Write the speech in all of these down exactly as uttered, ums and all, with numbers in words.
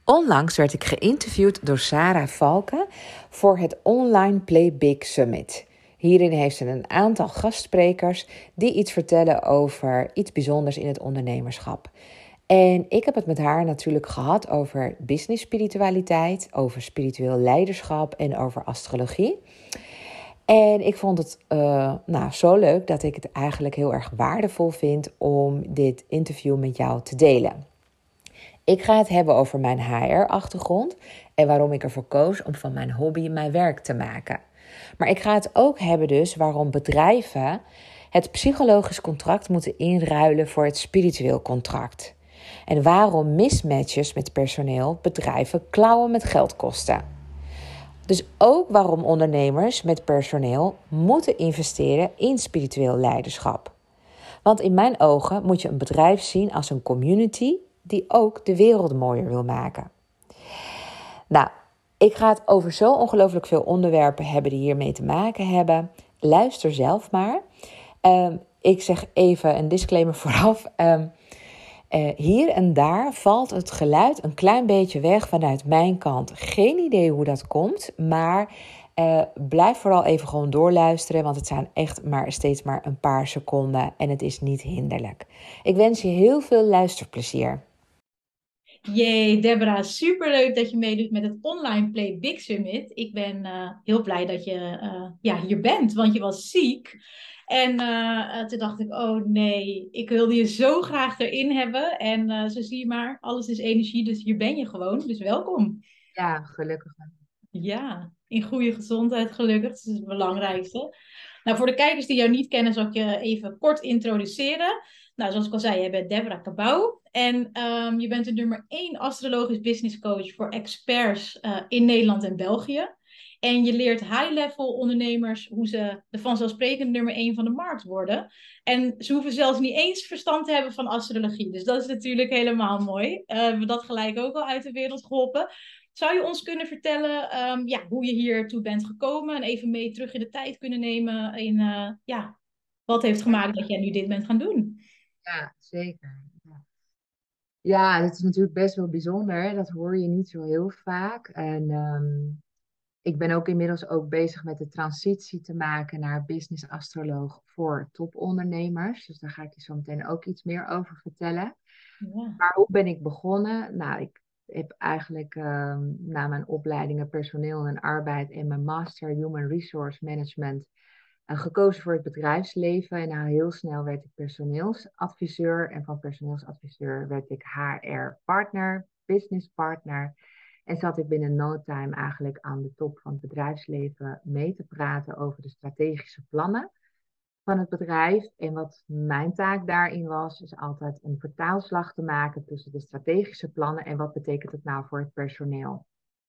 Onlangs werd ik geïnterviewd door Sarah Valken voor het Online Play Big Summit. Hierin heeft ze een aantal gastsprekers die iets vertellen over iets bijzonders in het ondernemerschap. En ik heb het met haar natuurlijk gehad over business spiritualiteit, over spiritueel leiderschap en over astrologie. En ik vond het uh, nou, zo leuk dat ik het eigenlijk heel erg waardevol vind om dit interview met jou te delen. Ik ga het hebben over mijn H R-achtergrond en waarom ik ervoor koos om van mijn hobby mijn werk te maken. Maar ik ga het ook hebben dus waarom bedrijven het psychologisch contract moeten inruilen voor het spiritueel contract. En waarom mismatches met personeel bedrijven klauwen met geld kosten. Dus ook waarom ondernemers met personeel moeten investeren in spiritueel leiderschap. Want in mijn ogen moet je een bedrijf zien als een community die ook de wereld mooier wil maken. Nou, ik ga het over zo ongelooflijk veel onderwerpen hebben die hiermee te maken hebben. Luister zelf maar. Um, ik zeg even een disclaimer vooraf. Um, uh, hier en daar valt het geluid een klein beetje weg vanuit mijn kant. Geen idee hoe dat komt, maar uh, blijf vooral even gewoon doorluisteren, want het zijn echt maar steeds maar een paar seconden en het is niet hinderlijk. Ik wens je heel veel luisterplezier. Jee, Deborah, superleuk dat je meedoet met het Online Play Big Summit. Ik ben uh, heel blij dat je uh, ja, hier bent, want je was ziek. En uh, toen dacht ik, oh nee, ik wilde je zo graag erin hebben. En uh, zo zie je maar, alles is energie, dus hier ben je gewoon. Dus welkom. Ja, gelukkig. Ja, in goede gezondheid gelukkig, dat is het belangrijkste. Nou, voor de kijkers die jou niet kennen, zal ik je even kort introduceren. Nou, zoals ik al zei, jij bent Deborah Cabau. En um, je bent de nummer één astrologisch business coach voor experts uh, in Nederland en België. En je leert high-level ondernemers hoe ze de vanzelfsprekend nummer één van de markt worden. En ze hoeven zelfs niet eens verstand te hebben van astrologie. Dus dat is natuurlijk helemaal mooi. Uh, we hebben dat gelijk ook al uit de wereld geholpen. Zou je ons kunnen vertellen um, ja, hoe je hiertoe bent gekomen en even mee terug in de tijd kunnen nemen in uh, ja, wat heeft gemaakt dat jij nu dit bent gaan doen? Ja, zeker. Ja. Ja, het is natuurlijk best wel bijzonder. Dat hoor je niet zo heel vaak. En um, ik ben ook inmiddels ook bezig met de transitie te maken naar business astroloog voor topondernemers. Dus daar ga ik je zo meteen ook iets meer over vertellen. Ja. Maar hoe ben ik begonnen? Nou, ik heb eigenlijk um, na mijn opleidingen personeel en arbeid en mijn master Human Resource Management uh, gekozen voor het bedrijfsleven. En nou, heel snel werd ik personeelsadviseur. En van personeelsadviseur werd ik H R-partner, business partner. En zat ik binnen no time eigenlijk aan de top van het bedrijfsleven mee te praten over de strategische plannen van het bedrijf. En wat mijn taak daarin was, is altijd een vertaalslag te maken tussen de strategische plannen en wat betekent het nou voor het personeel.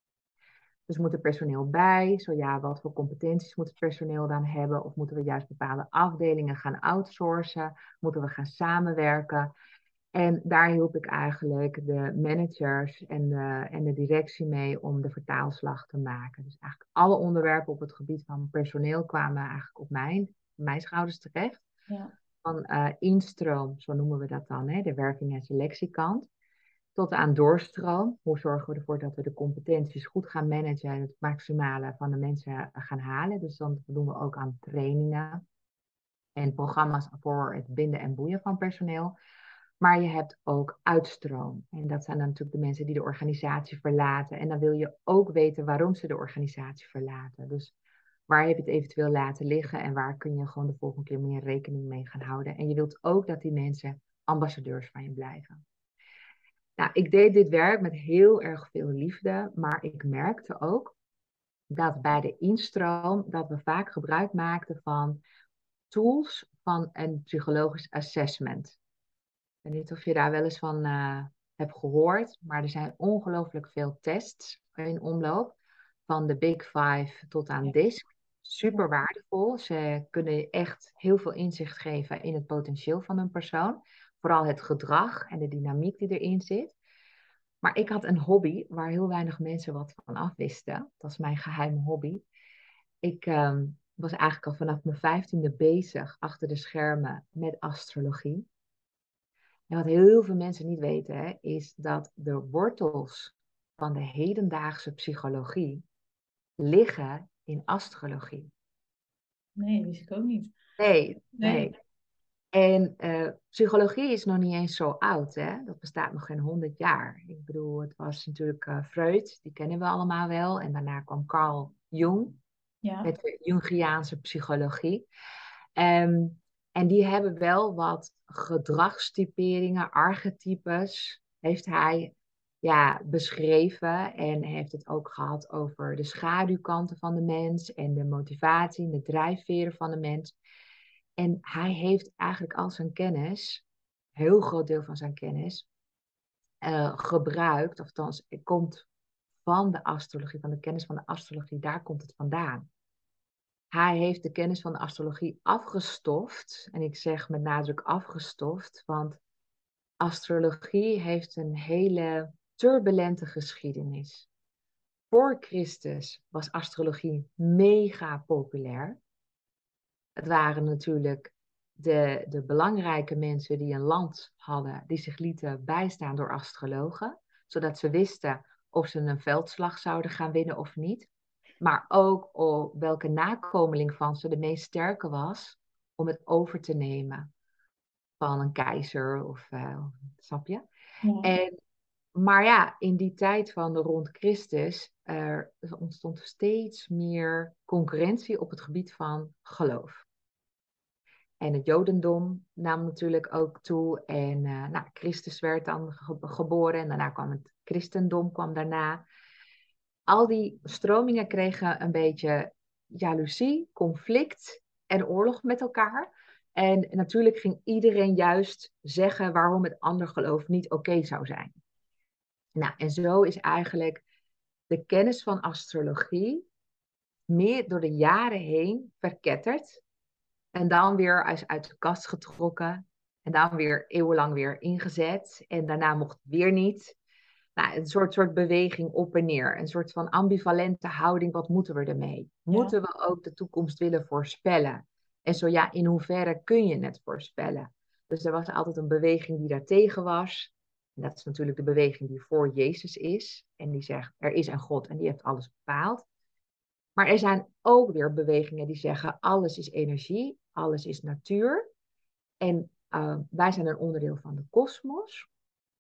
Dus moet er personeel bij? Zo ja, wat voor competenties moet het personeel dan hebben? Of moeten we juist bepaalde afdelingen gaan outsourcen? Moeten we gaan samenwerken? En daar hielp ik eigenlijk de managers en de, en de directie mee om de vertaalslag te maken. Dus eigenlijk alle onderwerpen op het gebied van personeel kwamen eigenlijk op mijn, mijn schouders terecht. Ja. Van uh, instroom, zo noemen we dat dan, hè, de werving- en selectiekant, tot aan doorstroom. Hoe zorgen we ervoor dat we de competenties goed gaan managen en het maximale van de mensen gaan halen. Dus dan doen we ook aan trainingen en programma's voor het binden en boeien van personeel. Maar je hebt ook uitstroom. En dat zijn dan natuurlijk de mensen die de organisatie verlaten. En dan wil je ook weten waarom ze de organisatie verlaten. Dus waar heb je het eventueel laten liggen en waar kun je gewoon de volgende keer meer rekening mee gaan houden. En je wilt ook dat die mensen ambassadeurs van je blijven. Nou, ik deed dit werk met heel erg veel liefde, maar ik merkte ook dat bij de instroom dat we vaak gebruik maakten van tools van een psychologisch assessment. Ik weet niet of je daar wel eens van uh, hebt gehoord, maar er zijn ongelooflijk veel tests in omloop. Van de Big Five tot aan Ja. DISC. Super waardevol. Ze kunnen je echt heel veel inzicht geven in het potentieel van een persoon. Vooral het gedrag en de dynamiek die erin zit. Maar ik had een hobby waar heel weinig mensen wat van afwisten. Dat is mijn geheime hobby. Ik um, was eigenlijk al vanaf mijn vijftiende bezig achter de schermen met astrologie. En wat heel veel mensen niet weten, hè, is dat de wortels van de hedendaagse psychologie liggen in astrologie. Nee, wist ik ook niet. Nee, Nee. nee. En uh, psychologie is nog niet eens zo oud, hè? Dat bestaat nog geen honderd jaar. Ik bedoel, het was natuurlijk uh, Freud, die kennen we allemaal wel. En daarna kwam Carl Jung Ja. met de Jungiaanse psychologie. Um, en die hebben wel wat gedragstyperingen, archetypes, heeft hij ja, beschreven. En heeft het ook gehad over de schaduwkanten van de mens en de motivatie, de drijfveren van de mens. En hij heeft eigenlijk al zijn kennis, een heel groot deel van zijn kennis, uh, gebruikt, of althans, het komt van de astrologie, van de kennis van de astrologie, daar komt het vandaan. Hij heeft de kennis van de astrologie afgestoft, en ik zeg met nadruk afgestoft, want astrologie heeft een hele turbulente geschiedenis. Voor Christus was astrologie mega populair. Het waren natuurlijk de, de belangrijke mensen die een land hadden, die zich lieten bijstaan door astrologen, zodat ze wisten of ze een veldslag zouden gaan winnen of niet. Maar ook op welke nakomeling van ze de meest sterke was om het over te nemen van een keizer of, uh, snap je? Ja. En, maar ja, in die tijd van de rond Christus uh, ontstond steeds meer concurrentie op het gebied van geloof. En het Jodendom nam natuurlijk ook toe. En uh, nou, Christus werd dan ge- geboren. En daarna kwam het christendom kwam daarna. Al die stromingen kregen een beetje jaloezie, conflict en oorlog met elkaar. En natuurlijk ging iedereen juist zeggen waarom het ander geloof niet oké zou zijn. Nou, en zo is eigenlijk de kennis van astrologie meer door de jaren heen verketterd. En dan weer uit, uit de kast getrokken. En dan weer eeuwenlang weer ingezet. En daarna mocht het weer niet. Nou, een soort, soort beweging op en neer. Een soort van ambivalente houding. Wat moeten we ermee? Moeten we ook de toekomst willen voorspellen? En zo ja, in hoeverre kun je het voorspellen? Dus er was altijd een beweging die daartegen was. En dat is natuurlijk de beweging die voor Jezus is. En die zegt, er is een God en die heeft alles bepaald. Maar er zijn ook weer bewegingen die zeggen, alles is energie, alles is natuur. En uh, wij zijn een onderdeel van de kosmos.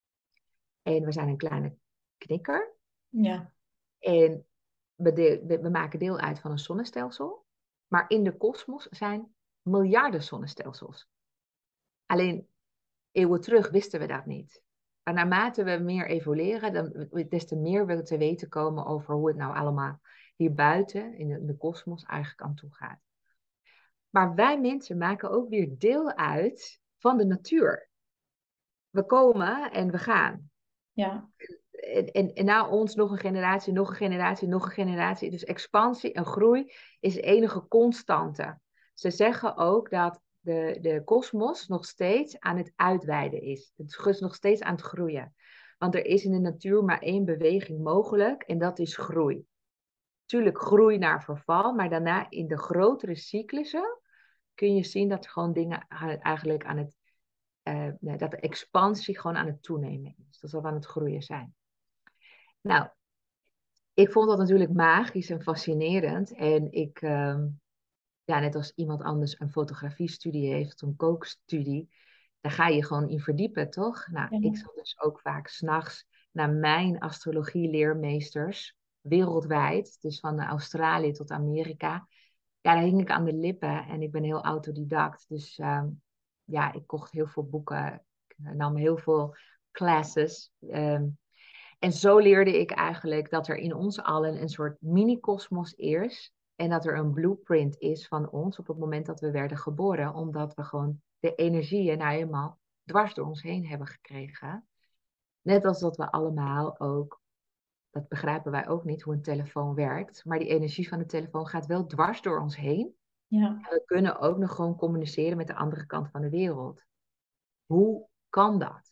En we zijn een kleine knikker. Ja. En we, de, we, we maken deel uit van een zonnestelsel. Maar in de kosmos zijn miljarden zonnestelsels. Alleen eeuwen terug wisten we dat niet. Maar naarmate we meer evolueren, dan, des te meer we te weten komen over hoe het nou allemaal hier buiten in de kosmos eigenlijk aan toe gaat. Maar wij mensen maken ook weer deel uit van de natuur. We komen en we gaan. Ja. En, en, en na ons nog een generatie, nog een generatie, nog een generatie. Dus expansie en groei is de enige constante. Ze zeggen ook dat de, de kosmos nog steeds aan het uitweiden is. Het is nog steeds aan het groeien. Want er is in de natuur maar één beweging mogelijk en dat is groei. Tuurlijk groei naar verval, maar daarna in de grotere cyclussen kun je zien dat er gewoon dingen eigenlijk aan het, uh, dat de expansie gewoon aan het toenemen is. Dat we aan het groeien zijn. Nou, ik vond dat natuurlijk magisch en fascinerend. En ik, uh, ja, net als iemand anders een fotografiestudie heeft, een kookstudie, daar ga je gewoon in verdiepen, toch? Nou, Ja. ik zat dus ook vaak 's nachts naar mijn astrologieleermeesters, wereldwijd, dus van Australië tot Amerika. Ja, daar hing ik aan de lippen en ik ben heel autodidact. Dus uh, ja, ik kocht heel veel boeken, ik nam heel veel classes. Um, en zo leerde ik eigenlijk dat er in ons allen een soort mini-kosmos is. En dat er een blueprint is van ons op het moment dat we werden geboren. Omdat we gewoon de energieën nou eenmaal dwars door ons heen hebben gekregen. Net als dat we allemaal ook, dat begrijpen wij ook niet hoe een telefoon werkt. Maar die energie van de telefoon gaat wel dwars door ons heen. Ja. En we kunnen ook nog gewoon communiceren met de andere kant van de wereld. Hoe kan dat?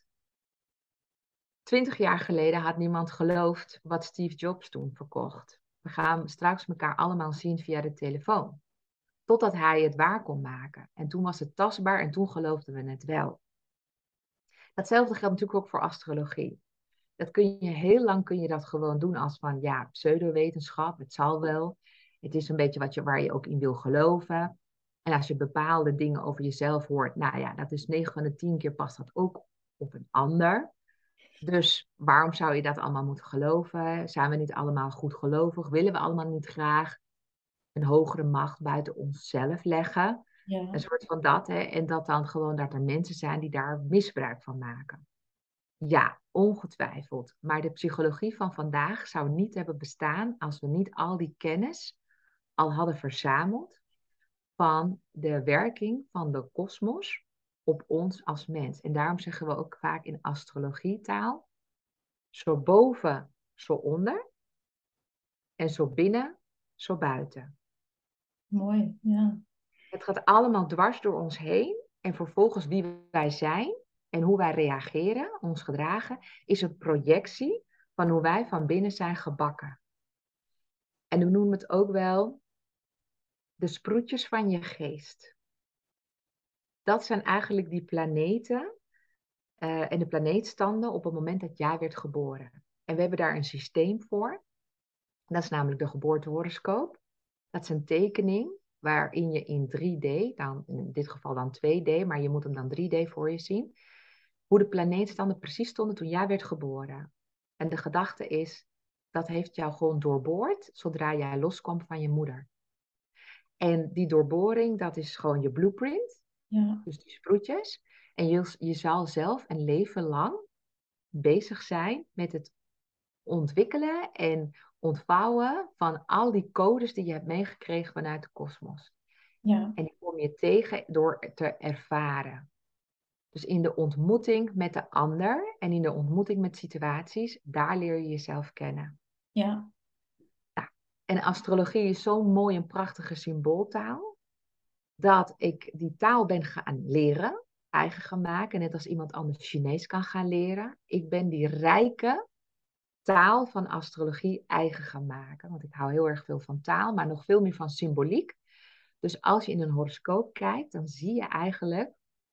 Twintig jaar geleden had niemand geloofd wat Steve Jobs toen verkocht. We gaan straks elkaar allemaal zien via de telefoon. Totdat hij het waar kon maken. En toen was het tastbaar en toen geloofden we het wel. Datzelfde geldt natuurlijk ook voor astrologie. Dat kun je heel lang kun je dat gewoon doen als van ja, pseudowetenschap, het zal wel. Het is een beetje wat je, waar je ook in wil geloven. En als je bepaalde dingen over jezelf hoort, nou ja, dat is negen van de tien keer past dat ook op een ander. Dus waarom zou je dat allemaal moeten geloven? Zijn we niet allemaal goedgelovig? Willen we allemaal niet graag een hogere macht buiten onszelf leggen? Een Ja, soort van dat, hè? En dat dan gewoon dat er mensen zijn die daar misbruik van maken. Ja, ongetwijfeld. Maar de psychologie van vandaag zou niet hebben bestaan als we niet al die kennis al hadden verzameld van de werking van de kosmos op ons als mens. En daarom zeggen we ook vaak in astrologietaal, zo boven, zo onder en zo binnen, zo buiten. mooi. Ja, Het gaat allemaal dwars door ons heen en vervolgens wie wij zijn en hoe wij reageren, ons gedragen, is een projectie van hoe wij van binnen zijn gebakken. En we noemen het ook wel de sproetjes van je geest. Dat zijn eigenlijk die planeten uh, en de planeetstanden op het moment dat jij werd geboren. En we hebben daar een systeem voor. Dat is namelijk de geboortehoroscoop. Dat is een tekening waarin je in drie D, dan, in dit geval dan twee D, maar je moet hem dan drie D voor je zien, hoe de planeetstanden precies stonden toen jij werd geboren. En de gedachte is, dat heeft jou gewoon doorboord zodra jij loskwam van je moeder. En die doorboring, dat is gewoon je blueprint, ja, dus die sproetjes. En je, je zal zelf een leven lang bezig zijn met het ontwikkelen en ontvouwen van al die codes die je hebt meegekregen vanuit de kosmos. ja, En die kom je tegen door te ervaren. Dus in de ontmoeting met de ander en in de ontmoeting met situaties, daar leer je jezelf kennen. ja, Nou, en astrologie is zo'n mooi en prachtige symbooltaal, dat ik die taal ben gaan leren, eigen gaan maken, net als iemand anders Chinees kan gaan leren. Ik ben die rijke taal van astrologie eigen gaan maken. Want ik hou heel erg veel van taal, maar nog veel meer van symboliek. Dus als je in een horoscoop kijkt, dan zie je eigenlijk...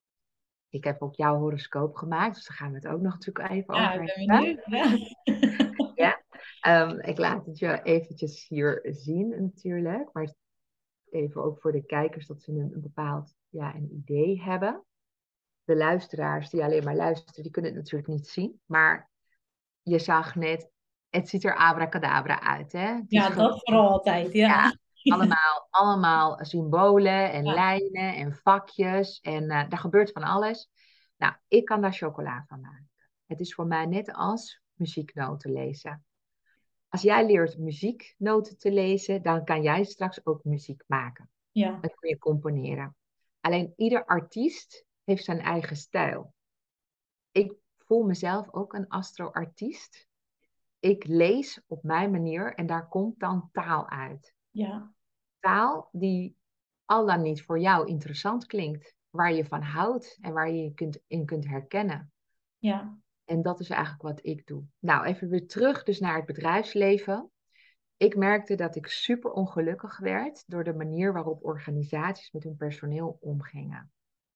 Ik heb ook jouw horoscoop gemaakt, dus daar gaan we het ook nog natuurlijk even ja, over ik ben hebben. benieuwd. Ja. Ja, um, ik laat het je eventjes hier zien natuurlijk. Maar even ook voor de kijkers, dat ze een, een bepaald ja, een idee hebben. De luisteraars die alleen maar luisteren, die kunnen het natuurlijk niet zien. Maar je zag net, het ziet er abracadabra uit, hè? Het is Ja, gewoon, dat vooral altijd. Ja. ja, allemaal, allemaal symbolen en Ja, lijnen en vakjes. En uh, daar gebeurt van alles. Nou, ik kan daar chocola van maken. Het is voor mij net als muzieknoten lezen. Als jij leert muzieknoten te lezen, dan kan jij straks ook muziek maken. ja, Dan kun je componeren. Alleen ieder artiest heeft zijn eigen stijl. Ik voel mezelf ook een astro-artiest. Ik lees op mijn manier en daar komt dan taal uit. ja, Taal die al dan niet voor jou interessant klinkt, waar je van houdt en waar je je kunt, in kunt herkennen. ja, En dat is eigenlijk wat ik doe. Nou, even weer terug dus naar het bedrijfsleven. Ik merkte dat ik super ongelukkig werd door de manier waarop organisaties met hun personeel omgingen.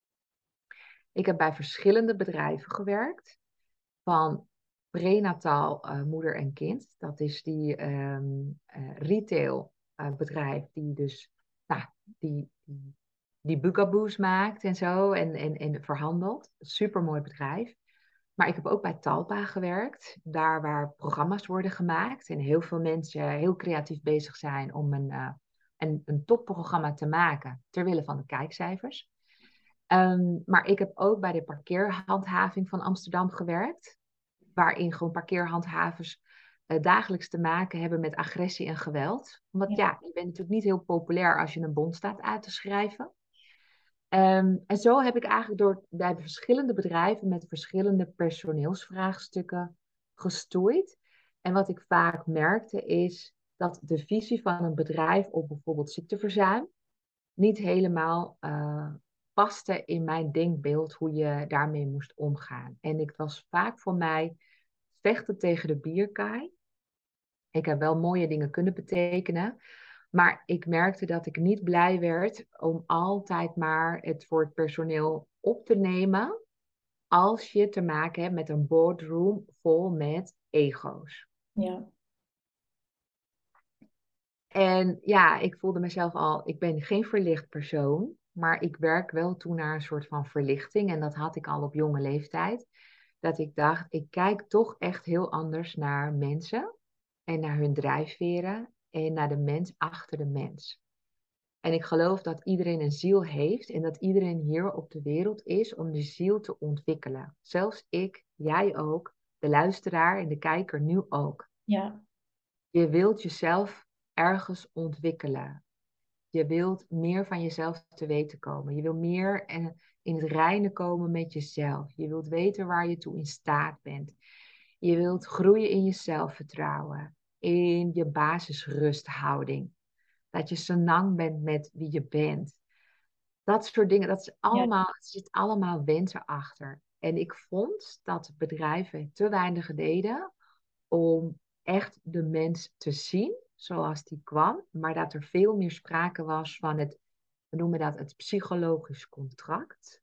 Ik heb bij verschillende bedrijven gewerkt, van prenataal uh, moeder en kind. Dat is die um, uh, retail uh, bedrijf die dus nou, die, die, die bugaboos maakt en zo en, en, en verhandelt. Super mooi bedrijf. Maar ik heb ook bij Talpa gewerkt, daar waar programma's worden gemaakt en heel veel mensen heel creatief bezig zijn om een, uh, een, een topprogramma te maken ter wille van de kijkcijfers. Um, maar ik heb ook bij de parkeerhandhaving van Amsterdam gewerkt, waarin gewoon parkeerhandhavers uh, dagelijks te maken hebben met agressie en geweld. Omdat ja, ja, je bent natuurlijk niet heel populair als je een bon staat uit te schrijven. Um, en zo heb ik eigenlijk door bij de verschillende bedrijven met verschillende personeelsvraagstukken gestoeid. En wat ik vaak merkte is dat de visie van een bedrijf op bijvoorbeeld ziekteverzuim niet helemaal uh, paste in mijn denkbeeld hoe je daarmee moest omgaan. En het was vaak voor mij vechten tegen de bierkaai. Ik heb wel mooie dingen kunnen betekenen. Maar ik merkte dat ik niet blij werd om altijd maar het voor het personeel op te nemen. als je te maken hebt met een boardroom vol met ego's. Ja. En ja, ik voelde mezelf al, ik ben geen verlicht persoon, maar ik werk wel toe naar een soort van verlichting. En dat had ik al op jonge leeftijd. Dat ik dacht, ik kijk toch echt heel anders naar mensen en naar hun drijfveren en naar de mens achter de mens. En ik geloof dat iedereen een ziel heeft en dat iedereen hier op de wereld is om die ziel te ontwikkelen. Zelfs ik, jij ook, de luisteraar en de kijker nu ook. Ja. Je wilt jezelf ergens ontwikkelen. Je wilt meer van jezelf te weten komen. Je wilt meer in het reine komen met jezelf. Je wilt weten waar je toe in staat bent. Je wilt groeien in je zelfvertrouwen, in je basisrusthouding. Dat je senang bent met wie je bent. Dat soort dingen, dat is Ja. allemaal, er zit allemaal wensen achter. En ik vond dat bedrijven te weinig deden om echt de mens te zien zoals die kwam, maar dat er veel meer sprake was van het, we noemen dat het psychologisch contract.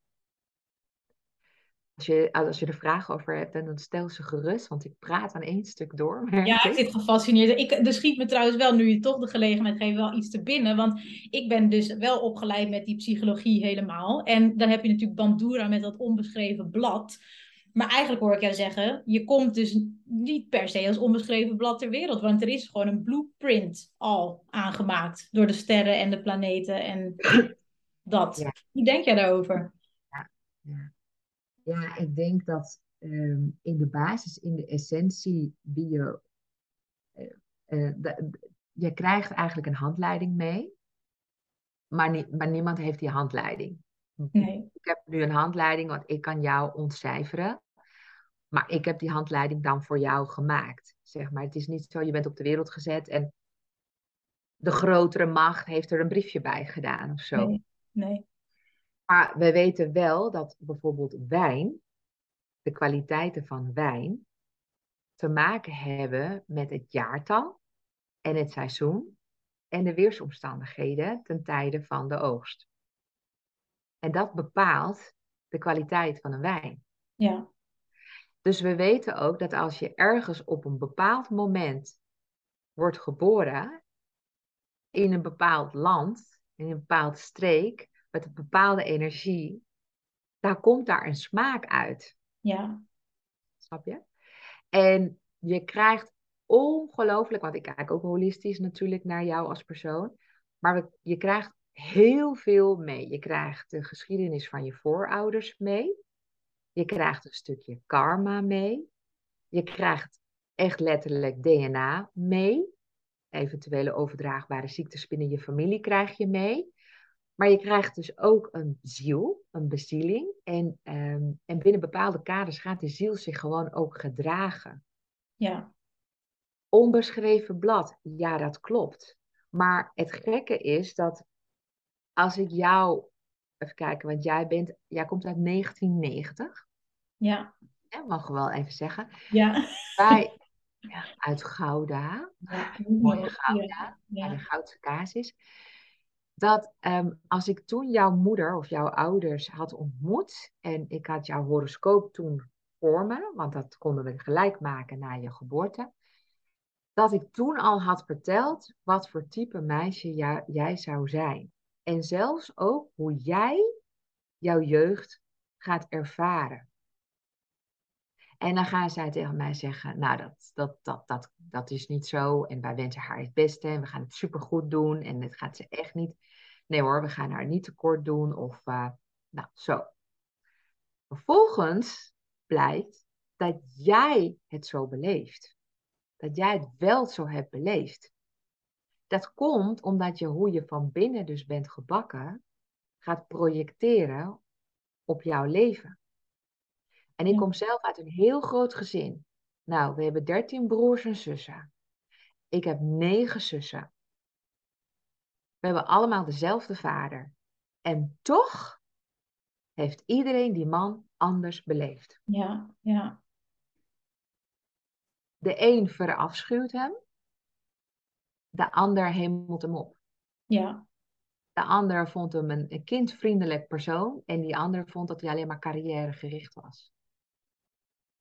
Als je, als je er vragen over hebt, dan stel ze gerust, want ik praat aan één stuk door, merk Ja, ik ik. zit gefascineerd. Ik, er schiet me trouwens wel, nu je toch de gelegenheid geeft, wel iets te binnen. Want ik ben dus wel opgeleid met die psychologie helemaal. En dan heb je natuurlijk Bandura met dat onbeschreven blad. Maar eigenlijk hoor ik jou zeggen, je komt dus niet per se als onbeschreven blad ter wereld. Want er is gewoon een blueprint al aangemaakt door de sterren en de planeten en dat. Ja, Hoe denk jij daarover? ja, ja. Ja, ik denk dat ehm, in de basis, in de essentie, wie je, eh, eh, de- de- je krijgt eigenlijk een handleiding mee, maar, nie- maar niemand heeft die handleiding. Nee, Ik heb nu een handleiding, want ik kan jou ontcijferen. Maar ik heb die handleiding dan voor jou gemaakt. Zeg maar, het is niet zo, je bent op de wereld gezet en de grotere macht heeft er een briefje bij gedaan of zo. nee, nee. Maar we weten wel dat bijvoorbeeld wijn, de kwaliteiten van wijn, te maken hebben met het jaartal en het seizoen en de weersomstandigheden ten tijde van de oogst. En dat bepaalt de kwaliteit van een wijn. Ja, Dus we weten ook dat als je ergens op een bepaald moment wordt geboren, in een bepaald land, in een bepaalde streek, met een bepaalde energie, daar komt daar een smaak uit. ja, Snap je? En je krijgt ongelooflijk, want ik kijk ook holistisch natuurlijk naar jou als persoon, maar we- je krijgt heel veel mee. Je krijgt de geschiedenis van je voorouders mee. Je krijgt een stukje karma mee. Je krijgt echt letterlijk D N A mee. Eventuele overdraagbare ziektes binnen je familie krijg je mee. Maar je krijgt dus ook een ziel, een bezieling. En, ehm, en binnen bepaalde kaders gaat die ziel zich gewoon ook gedragen. ja, Onbeschreven blad, ja, dat klopt. Maar het gekke is dat als ik jou, even kijken, want jij bent, jij komt uit negentien negentig, ja, hè, mag ik wel even zeggen. ja. Wij, ja, uit Gouda, Ja, mooie ja, Gouda, waar de ja, Goudse kaas is. Dat ehm, als ik toen jouw moeder of jouw ouders had ontmoet en ik had jouw horoscoop toen voor me, want dat konden we gelijk maken na je geboorte, dat ik toen al had verteld wat voor type meisje jij, jij zou zijn. En zelfs ook hoe jij jouw jeugd gaat ervaren. En dan gaan zij tegen mij zeggen, nou dat, dat, dat, dat, dat is niet zo en wij wensen haar het beste en we gaan het supergoed doen en het gaat ze echt niet. Nee hoor, we gaan haar niet tekort doen of uh, nou zo. Vervolgens blijkt dat jij het zo beleeft. Dat jij het wel zo hebt beleefd. Dat komt omdat je hoe je van binnen dus bent gebakken, gaat projecteren op jouw leven. En ik ja, kom zelf uit een heel groot gezin. Nou, we hebben dertien broers en zussen. Ik heb negen zussen. We hebben allemaal dezelfde vader. En toch heeft iedereen die man anders beleefd. ja, ja, De een verafschuwt hem, de ander hemelt hem op. ja, De ander vond hem een, een kindvriendelijk persoon en die ander vond dat hij alleen maar carrièregericht was.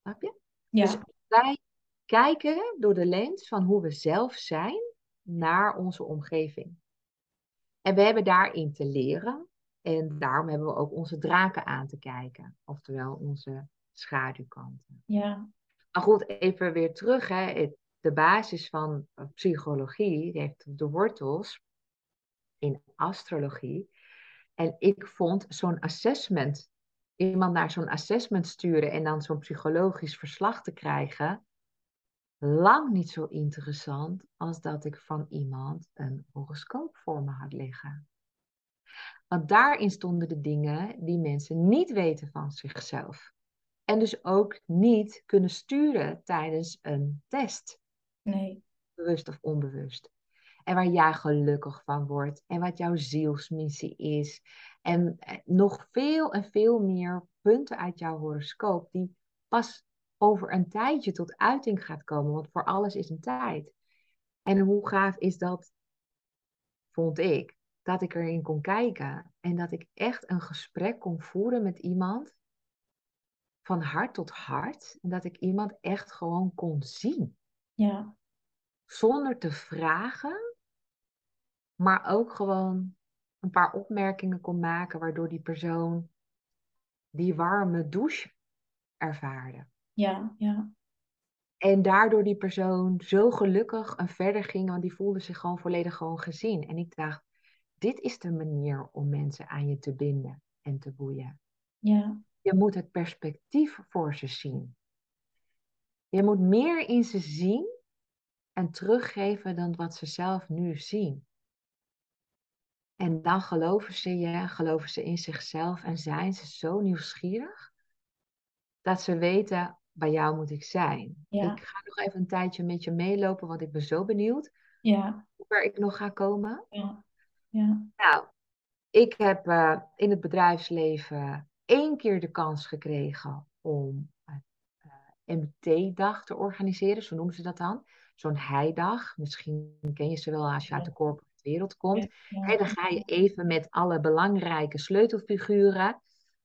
Snap je? Dus Ja, wij kijken door de lens van hoe we zelf zijn naar onze omgeving. En we hebben daarin te leren. En daarom hebben we ook onze draken aan te kijken. Oftewel onze schaduwkanten. ja, Maar goed, even weer terug. Hè. Het- De basis van eh, psychologie die heeft de wortels in astrologie. En ik vond zo'n assessment, iemand naar zo'n assessment sturen en dan zo'n psychologisch verslag te krijgen, lang niet zo interessant als dat ik van iemand een horoscoop voor me had liggen. Want daarin stonden de dingen die mensen niet weten van zichzelf. En dus ook niet kunnen sturen tijdens een test, nee, bewust of onbewust. En waar jij gelukkig van wordt. En wat jouw zielsmissie is. En eh, nog veel en veel meer punten uit jouw horoscoop. Die pas over een tijdje tot uiting gaat komen. Want voor alles is een tijd. En hoe gaaf is dat, vond ik. Dat ik erin kon kijken. En dat ik echt een gesprek kon voeren met iemand. Van hart tot hart. En dat ik iemand echt gewoon kon zien. ja, Zonder te vragen. Maar ook gewoon een paar opmerkingen kon maken, waardoor die persoon die warme douche ervaarde. ja, ja, En daardoor die persoon zo gelukkig en verder ging, want die voelde zich gewoon volledig gewoon gezien. En ik dacht, dit is de manier om mensen aan je te binden en te boeien. ja, Je moet het perspectief voor ze zien. Je moet meer in ze zien en teruggeven dan wat ze zelf nu zien. En dan geloven ze je, geloven ze in zichzelf en zijn ze zo nieuwsgierig dat ze weten, bij jou moet ik zijn. Ik ja, ga nog even een tijdje met je meelopen, want ik ben zo benieuwd ja, hoe ver ik nog ga komen. ja, ja, Nou, ik heb uh, in het bedrijfsleven één keer de kans gekregen om een M T-dag te organiseren, zo noemen ze dat dan. Zo'n heidag, misschien ken je ze wel als je uit de corporate wereld komt. ja, Hey, ja, dan ga je even met alle belangrijke sleutelfiguren.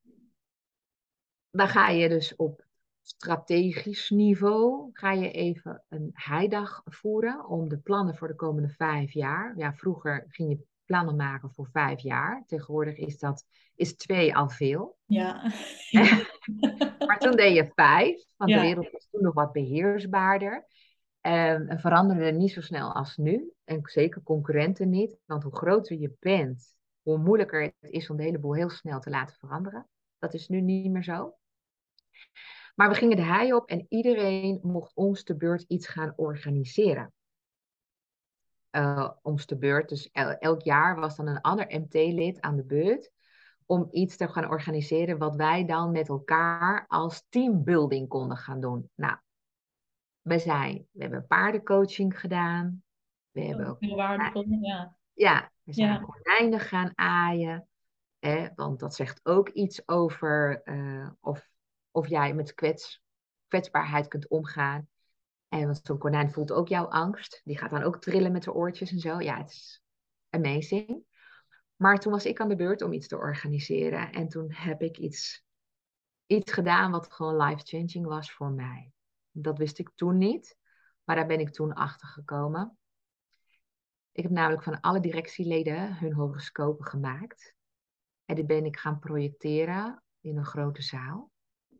Dan ga je dus op strategisch niveau, ga je even een heidag voeren om de plannen voor de komende vijf jaar. Ja, vroeger ging je plannen maken voor vijf jaar. Tegenwoordig is dat is twee al veel. ja, Maar toen deed je vijf, want de ja, wereld was toen nog wat beheersbaarder. En, en veranderde niet zo snel als nu. En zeker concurrenten niet. Want hoe groter je bent, hoe moeilijker het is om de hele boel heel snel te laten veranderen. Dat is nu niet meer zo. Maar we gingen de hei op en iedereen mocht ons de beurt iets gaan organiseren. Uh, ons de beurt, dus el- elk jaar was dan een ander M T-lid aan de beurt om iets te gaan organiseren wat wij dan met elkaar als teambuilding konden gaan doen. Nou, we zijn, we hebben paardencoaching gedaan. We hebben ook ook, heel waardevol, ja, ja, we zijn ja, konijnen gaan aaien. Hè, want dat zegt ook iets over uh, of, of jij met kwets, kwetsbaarheid kunt omgaan. En want zo'n konijn voelt ook jouw angst. Die gaat dan ook trillen met de oortjes en zo. Ja, het is amazing. Maar toen was ik aan de beurt om iets te organiseren. En toen heb ik iets, iets gedaan wat gewoon life-changing was voor mij. Dat wist ik toen niet. Maar daar ben ik toen achter gekomen. Ik heb namelijk van alle directieleden hun horoscopen gemaakt. En die ben ik gaan projecteren in een grote zaal.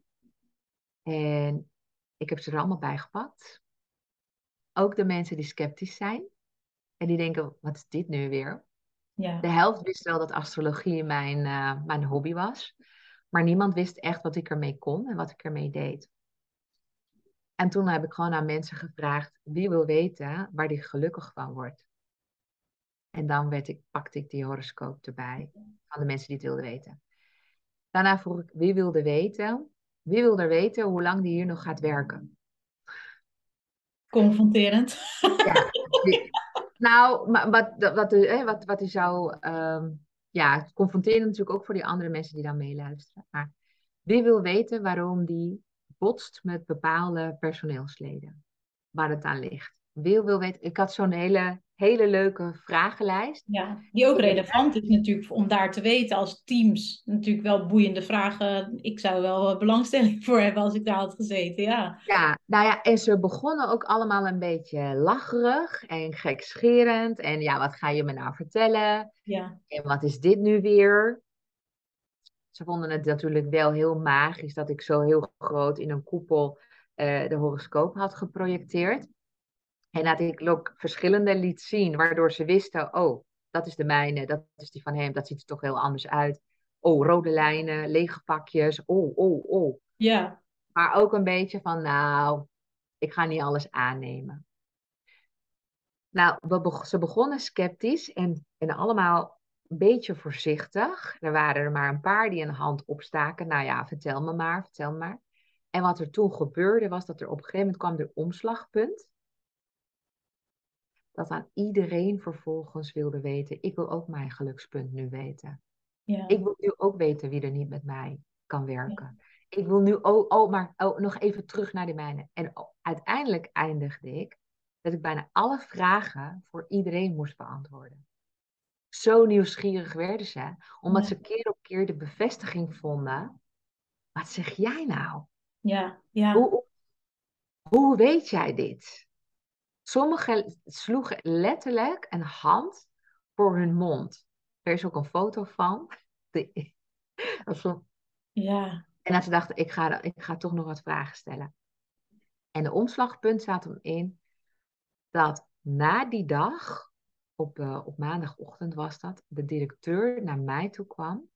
En ik heb ze er allemaal bij gepakt. Ook de mensen die sceptisch zijn. En die denken, wat is dit nu weer? De ja, helft wist wel dat astrologie mijn, uh, mijn hobby was. Maar niemand wist echt wat ik ermee kon en wat ik ermee deed. En toen heb ik gewoon aan mensen gevraagd, wie wil weten waar die gelukkig van wordt? En dan werd ik, pakte ik die horoscoop erbij van de mensen die het wilden weten. Daarna vroeg ik, wie wilde weten? Wie wil er weten hoe lang die hier nog gaat werken? confronterend. Ja, die- nou, maar wat, wat, wat, wat, wat die zou... Um, ja, het confronteren natuurlijk ook voor die andere mensen die dan meeluisteren. Maar wie wil weten waarom die botst met bepaalde personeelsleden? Waar het aan ligt. Wie wil weten... Ik had zo'n hele, hele leuke vragenlijst. Ja, die ook Ik heb relevant is natuurlijk om daar te weten als teams. Natuurlijk wel boeiende vragen. Ik zou wel belangstelling voor hebben als ik daar had gezeten, ja. Ja, nou ja, en ze begonnen ook allemaal een beetje lacherig en gekscherend. En ja, wat ga je me nou vertellen? Ja, En wat is dit nu weer? Ze vonden het natuurlijk wel heel magisch dat ik zo heel groot in een koepel eh, de horoscoop had geprojecteerd. En dat ik ook verschillende liet zien, waardoor ze wisten, oh, dat is de mijne, dat is die van hem, dat ziet er toch heel anders uit. Oh, rode lijnen, lege pakjes, oh, oh, oh. ja, Maar ook een beetje van, nou, ik ga niet alles aannemen. Nou, we beg- ze begonnen sceptisch en, en allemaal een beetje voorzichtig. Er waren er maar een paar die een hand opstaken. Nou ja, vertel me maar, vertel me maar. En wat er toen gebeurde was dat er op een gegeven moment kwam er omslagpunt. Dat aan iedereen vervolgens wilde weten, ik wil ook mijn gelukspunt nu weten. Ik ja, wil nu ook weten wie er niet met mij kan ja, werken. Ik wil nu, oh, oh maar oh, nog even terug naar de mijne. En oh, uiteindelijk eindigde ik dat ik bijna alle vragen voor iedereen moest beantwoorden. Zo nieuwsgierig werden ze, omdat ja, ze keer op keer de bevestiging vonden. Wat zeg jij nou? ja, ja, Hoe, hoe weet jij dit? Sommigen sloegen letterlijk een hand voor hun mond. Er is ook een foto van. Die- alsof- ja, En dat ze dachten, ik ga, ik ga toch nog wat vragen stellen. En de omslagpunt zat hem in dat na die dag, op, eh, op maandagochtend was dat, de directeur naar mij toe kwam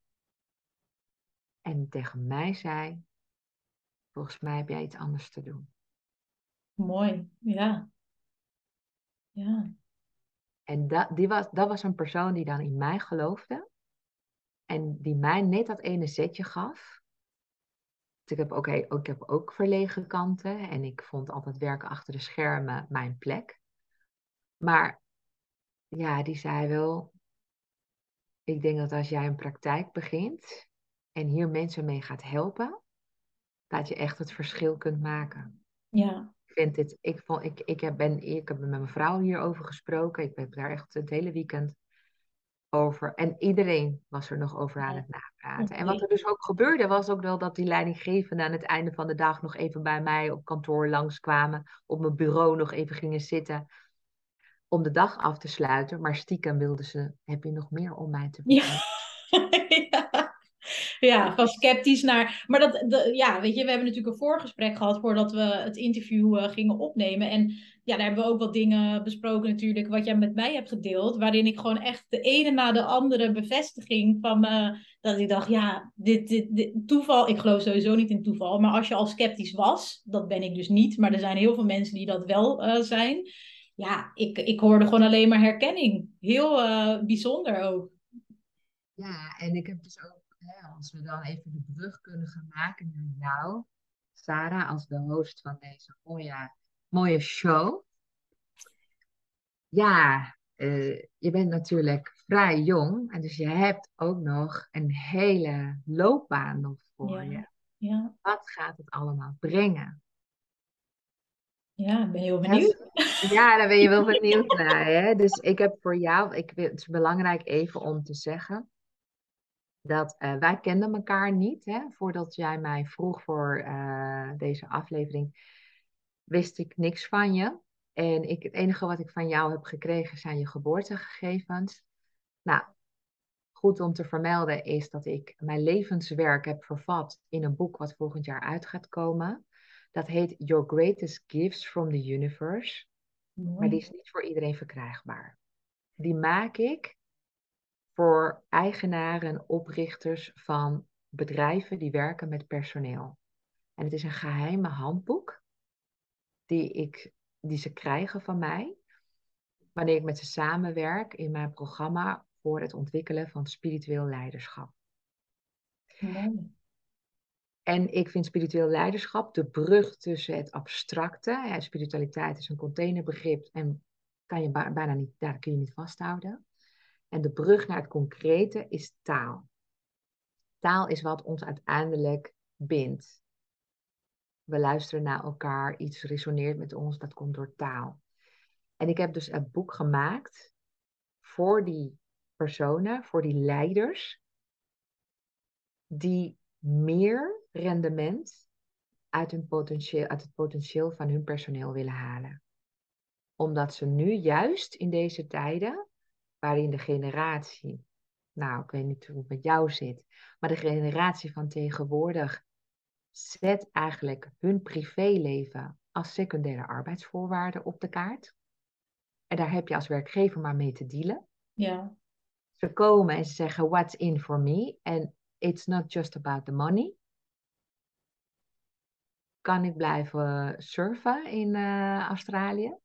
en tegen mij zei, volgens mij heb jij iets anders te doen. mooi, ja, ja, En dat, die was, dat was een persoon die dan in mij geloofde en die mij net dat ene zetje gaf. Dus ik heb ook, he- ik heb ook verlegen kanten en ik vond altijd werken achter de schermen mijn plek. Maar ja, die zei wel, ik denk dat als jij een praktijk begint en hier mensen mee gaat helpen, dat je echt het verschil kunt maken. ja, Ik vind dit, ik, vond, ik, ik, heb, ben, ik heb met mijn vrouw hierover gesproken. Ik heb daar echt het hele weekend over. En iedereen was er nog over aan ja, het napraten. En wat er compleet. dus ook gebeurde, was ook wel dat die leidinggevenden aan het einde van de dag nog even bij mij op kantoor langskwamen. Op mijn bureau nog even gingen zitten om de dag af te sluiten. Maar stiekem wilden ze, heb je nog meer om mij te Ja. vertellen? Ja. Ja, van sceptisch naar. Maar dat, de- ja, weet je, we hebben natuurlijk een voorgesprek gehad voordat we het interview eh, gingen opnemen. En ja, daar hebben we ook wat dingen besproken, natuurlijk, wat jij met mij hebt gedeeld. Waarin ik gewoon echt de ene na de andere bevestiging van me. Dat ik dacht, ja, dit, dit, dit toeval. Ik geloof sowieso niet in toeval. Maar als je al sceptisch was, dat ben ik dus niet. Maar er zijn heel veel mensen die dat wel eh, zijn. Ja, ik, ik hoorde gewoon alleen maar herkenning. Heel eh, bijzonder ook. Ja, en ik heb dus ook, hè, als we dan even de brug kunnen gaan maken naar jou, Sarah, als de host van deze mooie, mooie show. Ja, eh, je bent natuurlijk vrij jong en dus je hebt ook nog een hele loopbaan nog voor Ja, je. ja, Wat gaat het allemaal brengen? ja, ik ben heel Ja, s- benieuwd. ja, daar ben je wel benieuwd naar, hè? Dus ik heb voor jou, ik, wil- het is belangrijk even om te zeggen dat eh, wij kenden elkaar niet, hè? Voordat jij mij vroeg voor eh, deze aflevering, wist ik niks van je. En ik, het enige wat ik van jou heb gekregen zijn je geboortegegevens. Nou, goed om te vermelden is dat ik mijn levenswerk heb vervat in een boek wat volgend jaar uit gaat komen. Dat heet Your Greatest Gifts from the Universe. Maar die Mooi. is niet voor iedereen verkrijgbaar. Die maak ik voor eigenaren en oprichters van bedrijven die werken met personeel. En het is een geheime handboek die, ik, die ze krijgen van mij wanneer ik met ze samenwerk in mijn programma voor het ontwikkelen van spiritueel leiderschap. Mooi. En ik vind spiritueel leiderschap de brug tussen het abstracte. Ja, spiritualiteit is een containerbegrip en kan je bijna niet, daar kun je niet vasthouden. En de brug naar het concrete is taal. Taal is wat ons uiteindelijk bindt. We luisteren naar elkaar, iets resoneert met ons, dat komt door taal. En ik heb dus een boek gemaakt voor die personen, voor die leiders, die meer rendement uit, hun potentieel, uit het potentieel van hun personeel willen halen. Omdat ze nu juist in deze tijden, waarin de generatie, nou ik weet niet hoe het met jou zit, maar de generatie van tegenwoordig zet eigenlijk hun privéleven als secundaire arbeidsvoorwaarde op de kaart. En daar heb je als werkgever maar mee te dealen. Ja. Ze komen en ze zeggen, what's in for me? En it's not just about the money. Kan ik blijven surfen in uh, Australië?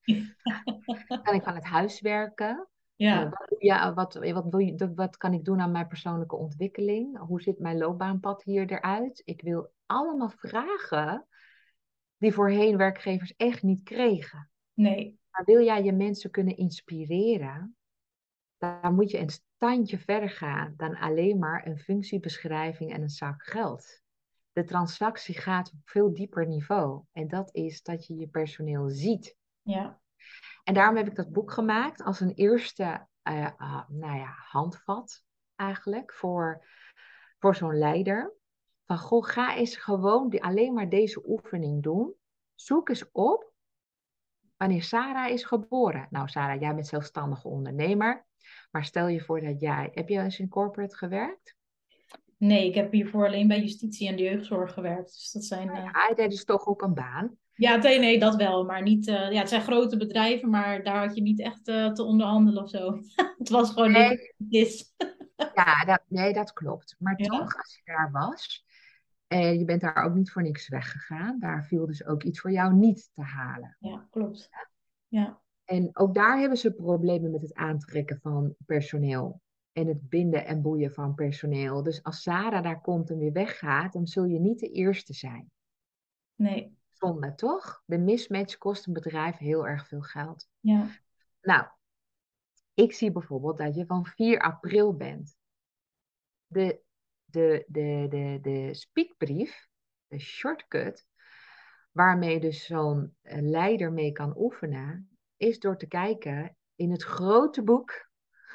Kan ik van het huis werken? Uh, Ja. wat, doe je, wat, wat, wil je, wat kan ik doen aan mijn persoonlijke ontwikkeling? Hoe ziet mijn loopbaanpad hier eruit? Ik wil allemaal vragen die voorheen werkgevers echt niet kregen. Nee. Maar wil jij je mensen kunnen inspireren, dan moet je een standje verder gaan dan alleen maar een functiebeschrijving en een zak geld. De transactie gaat op veel dieper niveau. En dat is dat je je personeel ziet. Ja. En daarom heb ik dat boek gemaakt als een eerste uh, uh, nou ja, handvat eigenlijk voor, voor zo'n leider. Van goh, ga eens gewoon die, alleen maar deze oefening doen. Zoek eens op wanneer Sarah is geboren. Nou Sarah, jij bent zelfstandige ondernemer. Maar stel je voor dat jij... Heb je eens in corporate gewerkt? Nee, ik heb hiervoor alleen bij justitie en de jeugdzorg gewerkt. Dus dat zijn... Uh... Ja, dat is toch ook een baan. Ja, nee, nee, dat wel. Maar niet... Uh, ja, het zijn grote bedrijven, maar daar had je niet echt uh, te onderhandelen of zo. Het was gewoon dit. Nee, Dit. ja, dat, nee, dat klopt. Maar Ja. toch, als je daar was... En je bent daar ook niet voor niks weggegaan. Daar viel dus ook iets voor jou niet te halen. Ja, klopt. Ja. En ook daar hebben ze problemen met het aantrekken van personeel. En het binden en boeien van personeel. Dus als Sarah daar komt en weer weggaat, dan zul je niet de eerste zijn. Nee. Zonde, toch? De mismatch kost een bedrijf heel erg veel geld. Ja. Nou, ik zie bijvoorbeeld dat je van vier april bent. De, de, de, de, de speakbrief, de shortcut, waarmee dus zo'n leider mee kan oefenen, is door te kijken in het grote boek.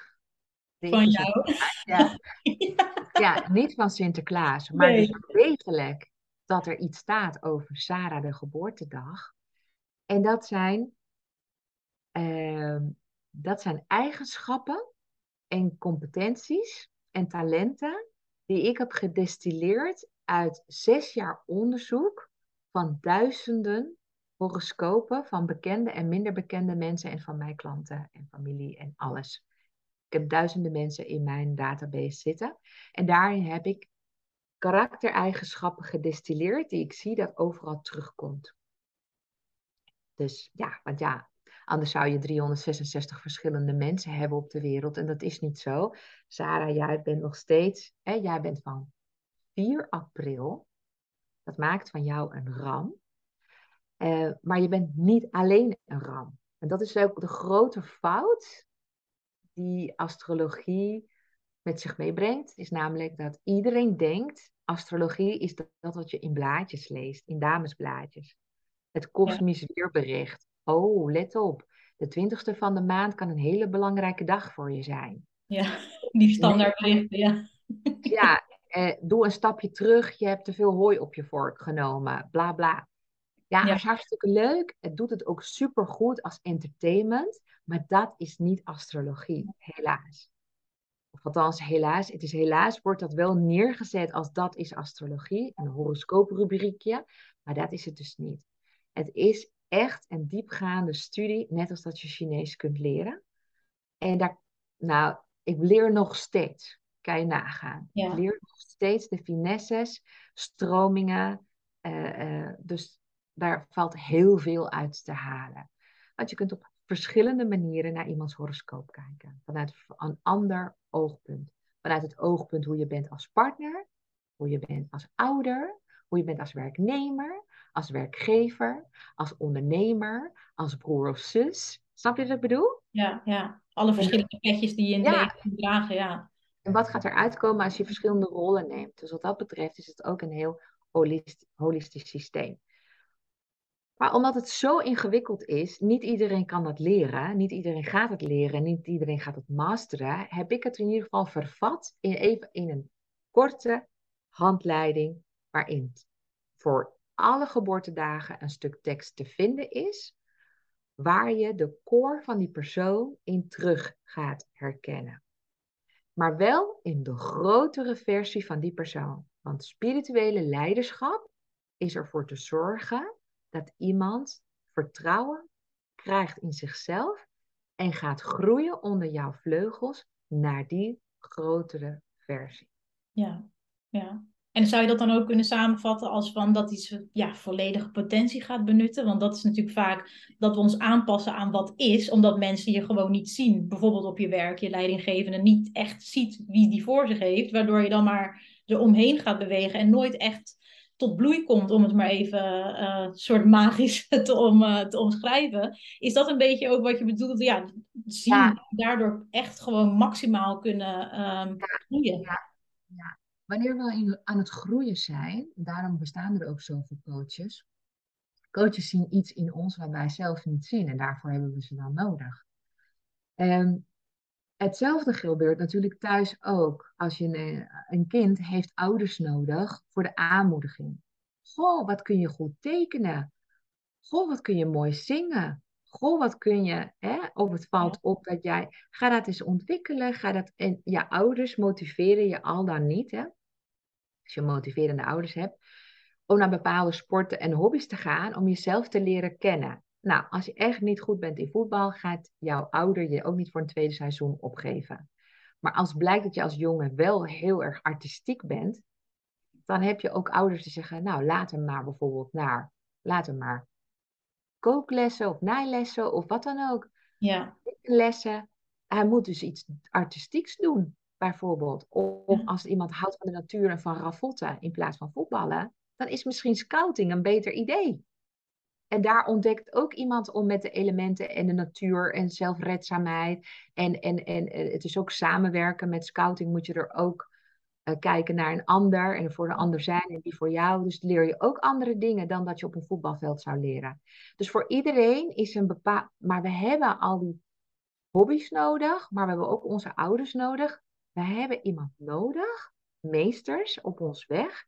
De Van Ingezet. jou. Ja. Ja. Ja, niet van Sinterklaas, maar dus Nee. degelijk dat er iets staat over Sarah de geboortedag. En dat zijn, uh, dat zijn eigenschappen en competenties en talenten die ik heb gedestilleerd uit zes jaar onderzoek van duizenden horoscopen van bekende en minder bekende mensen en van mijn klanten en familie en alles. Ik heb duizenden mensen in mijn database zitten en daarin heb ik karaktereigenschappen gedestilleerd die ik zie dat overal terugkomt. Dus ja, want ja, anders zou je driehonderdzesenzestig verschillende mensen hebben op de wereld. En dat is niet zo. Sarah, jij bent nog steeds, hè, jij bent van vier april. Dat maakt van jou een ram. Uh, maar je bent niet alleen een ram. En dat is ook de grote fout die astrologie met zich meebrengt. Is namelijk dat iedereen denkt, astrologie is dat wat je in blaadjes leest, in damesblaadjes. Het Ja. kosmisch weerbericht. Oh, let op. De twintigste van de maand kan een hele belangrijke dag voor je zijn. Ja, die Nee, standaard berichten, ja. ja, eh, doe een stapje terug. Je hebt te veel hooi op je vork genomen. Bla bla. Ja, Ja, dat is hartstikke leuk. Het doet het ook supergoed als entertainment. Maar dat is niet astrologie, helaas. Of althans, helaas. Het is helaas, wordt dat wel neergezet als dat is astrologie. Een horoscooprubriekje. Maar dat is het dus niet. Het is echt een diepgaande studie, net als dat je Chinees kunt leren. En daar, nou, ik leer nog steeds. Kan je nagaan. Ik ja, leer nog steeds de finesses, stromingen. Uh, uh, dus daar valt heel veel uit te halen. Want je kunt op verschillende manieren naar iemands horoscoop kijken. Vanuit een ander oogpunt. Vanuit het oogpunt hoe je bent als partner, hoe je bent als ouder, hoe je bent als werknemer, als werkgever, als ondernemer, als broer of zus. Snap je wat ik bedoel? ja, ja. Alle En, verschillende petjes die je in het ja, leven kunt dragen, ja. en wat gaat er uitkomen als je verschillende rollen neemt? Dus wat dat betreft is het ook een heel holist, holistisch systeem. Maar omdat het zo ingewikkeld is, niet iedereen kan dat leren, niet iedereen gaat het leren, niet iedereen gaat het masteren, heb ik het in ieder geval vervat in, even in een korte handleiding, waarin voor alle geboortedagen een stuk tekst te vinden is, waar je de core van die persoon in terug gaat herkennen. Maar wel in de grotere versie van die persoon. Want spirituele leiderschap is ervoor te zorgen dat iemand vertrouwen krijgt in zichzelf en gaat groeien onder jouw vleugels naar die grotere versie. Ja, ja. En zou je dat dan ook kunnen samenvatten als van dat iets ja, volledige potentie gaat benutten? Want dat is natuurlijk vaak dat we ons aanpassen aan wat is, omdat mensen je gewoon niet zien. Bijvoorbeeld op je werk, je leidinggevende niet echt ziet wie die voor zich heeft, waardoor je dan maar er omheen gaat bewegen en nooit echt tot bloei komt, om het maar even uh, soort magisch te, om, uh, te omschrijven. Is dat een beetje ook wat je bedoelt? Ja, zien, Ja, daardoor echt gewoon maximaal kunnen um, groeien. ja, ja. Wanneer we in- aan het groeien zijn, daarom bestaan er ook zoveel coaches. Coaches zien iets in ons wat wij zelf niet zien en daarvoor hebben we ze dan nodig. En hetzelfde gebeurt natuurlijk thuis ook. Als je een, een kind heeft ouders nodig voor de aanmoediging. Goh, wat kun je goed tekenen. Goh, wat kun je mooi zingen. Goh, wat kun je, hè? Of het Ja, valt op dat jij, ga dat eens ontwikkelen. Ga dat, en je ouders motiveren je al dan niet, hè? Als je motiverende ouders hebt, om naar bepaalde sporten en hobby's te gaan, om jezelf te leren kennen. Nou, als je echt niet goed bent in voetbal, gaat jouw ouder je ook niet voor een tweede seizoen opgeven. Maar als blijkt dat je als jongen wel heel erg artistiek bent, dan heb je ook ouders die zeggen, nou, laat hem maar bijvoorbeeld naar, laat hem maar kooklessen of naailessen of wat dan ook. ja, Lessen. Hij moet dus iets artistieks doen, bijvoorbeeld. Of ja, als iemand houdt van de natuur en van ravotten in plaats van voetballen, dan is misschien scouting een beter idee. En daar ontdekt ook iemand om met de elementen en de natuur en zelfredzaamheid. En, en, en eh, het is ook samenwerken. Met scouting moet je er ook eh, kijken naar een ander en er voor de ander zijn en die voor jou. Dus leer je ook andere dingen dan dat je op een voetbalveld zou leren. Dus voor iedereen is een bepaald. Maar we hebben al die hobby's nodig, maar we hebben ook onze ouders nodig. We hebben iemand nodig, meesters op ons weg,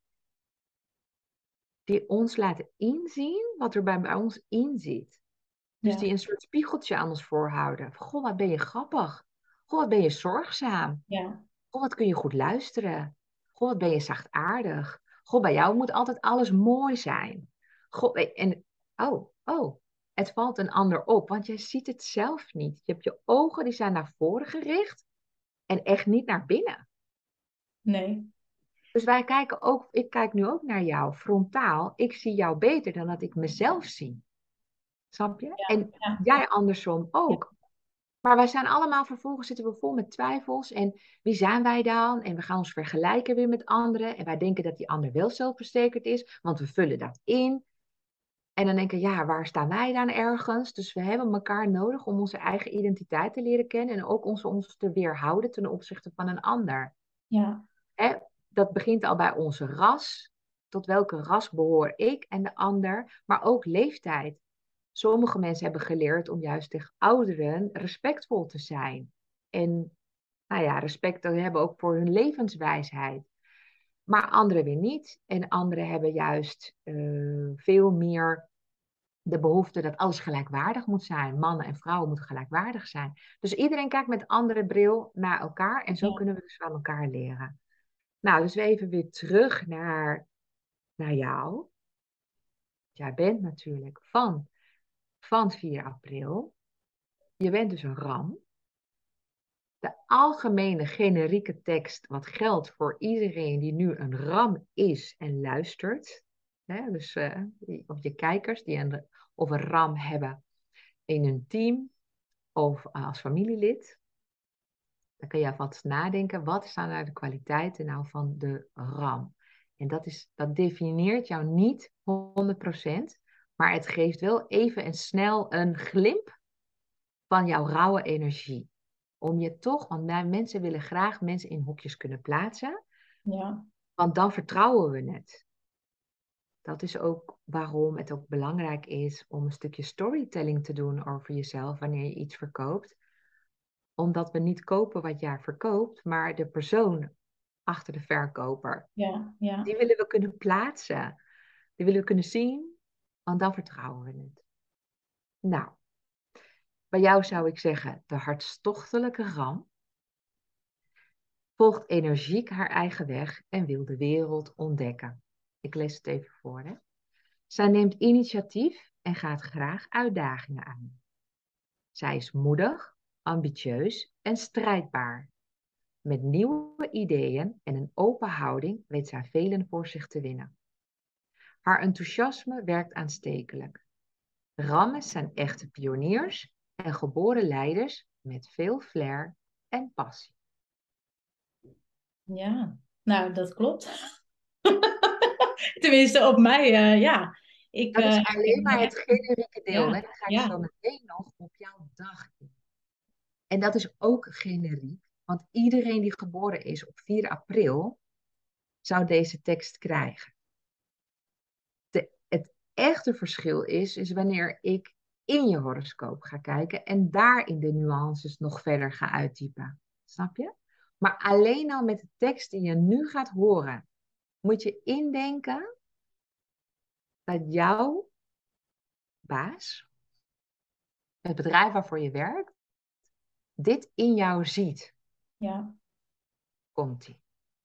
die ons laten inzien wat er bij, bij ons in zit. Dus ja, die een soort spiegeltje aan ons voorhouden. Goh, wat ben je grappig. Goh, wat ben je zorgzaam. ja, Goh, wat kun je goed luisteren. Goh, wat ben je zachtaardig. Goh, bij jou moet altijd alles mooi zijn. Goh, en oh, oh, het valt een ander op, want jij ziet het zelf niet. Je hebt je ogen, die zijn naar voren gericht en echt niet naar binnen. nee, Dus wij kijken ook, ik kijk nu ook naar jou frontaal. Ik zie jou beter dan dat ik mezelf zie. Snap je? ja, En ja, jij andersom ja, ook. Maar wij zijn allemaal vervolgens zitten we vol met twijfels. En wie zijn wij dan? En we gaan ons vergelijken weer met anderen. En wij denken dat die ander wel zelfverzekerd is, want we vullen dat in. En dan denken, ja, waar staan wij dan ergens? Dus we hebben elkaar nodig om onze eigen identiteit te leren kennen. En ook ons, ons te weerhouden ten opzichte van een ander. ja, Hè? Dat begint al bij onze ras. Tot welke ras behoor ik en de ander? Maar ook leeftijd. Sommige mensen hebben geleerd om juist tegen ouderen respectvol te zijn. En nou ja, respect te hebben ook voor hun levenswijsheid. Maar anderen weer niet. En anderen hebben juist eh, veel meer de behoefte dat alles gelijkwaardig moet zijn. Mannen en vrouwen moeten gelijkwaardig zijn. Dus iedereen kijkt met andere bril naar elkaar. En zo ja, kunnen we dus van elkaar leren. Nou, dus we even weer terug naar, naar jou. Jij bent natuurlijk van, van vier april. Je bent dus een ram. De algemene generieke tekst, wat geldt voor iedereen die nu een ram is en luistert. Hè, dus uh, of je kijkers die een, of een ram hebben in hun team of uh, als familielid. Dan kun je alvast nadenken, wat zijn nou de kwaliteiten nou van de ram? En dat, is, dat definieert jou niet honderd procent, maar het geeft wel even en snel een glimp van jouw rauwe energie. Om je toch, want mensen willen graag mensen in hokjes kunnen plaatsen, ja, want dan vertrouwen we het. Dat is ook waarom het ook belangrijk is om een stukje storytelling te doen over jezelf wanneer je iets verkoopt. Omdat we niet kopen wat jij verkoopt, maar de persoon achter de verkoper. Ja, ja. Die willen we kunnen plaatsen. Die willen we kunnen zien, want dan vertrouwen we het. Nou, bij jou zou ik zeggen, de hartstochtelijke ram volgt energiek haar eigen weg en wil de wereld ontdekken. Ik lees het even voor, hè. Zij neemt initiatief en gaat graag uitdagingen aan. Zij is moedig, ambitieus en strijdbaar. Met nieuwe ideeën en een open houding weet zij velen voor zich te winnen. Haar enthousiasme werkt aanstekelijk. Rammen zijn echte pioniers en geboren leiders met veel flair en passie. Ja, nou, dat klopt. Tenminste, op mij, eh, ja. Ik, Dat eh, is herken alleen me maar het echt in. generieke deel. Hè? Ja, Dan ga ik zo ja, meteen nog op jouw dag in. En dat is ook generiek, want iedereen die geboren is op vier april zou deze tekst krijgen. De, het echte verschil is, is wanneer ik in je horoscoop ga kijken en daarin de nuances nog verder ga uittypen. Snap je? Maar alleen al met de tekst die je nu gaat horen, moet je indenken dat jouw baas, het bedrijf waarvoor je werkt, dit in jou ziet. ja, Komt-ie.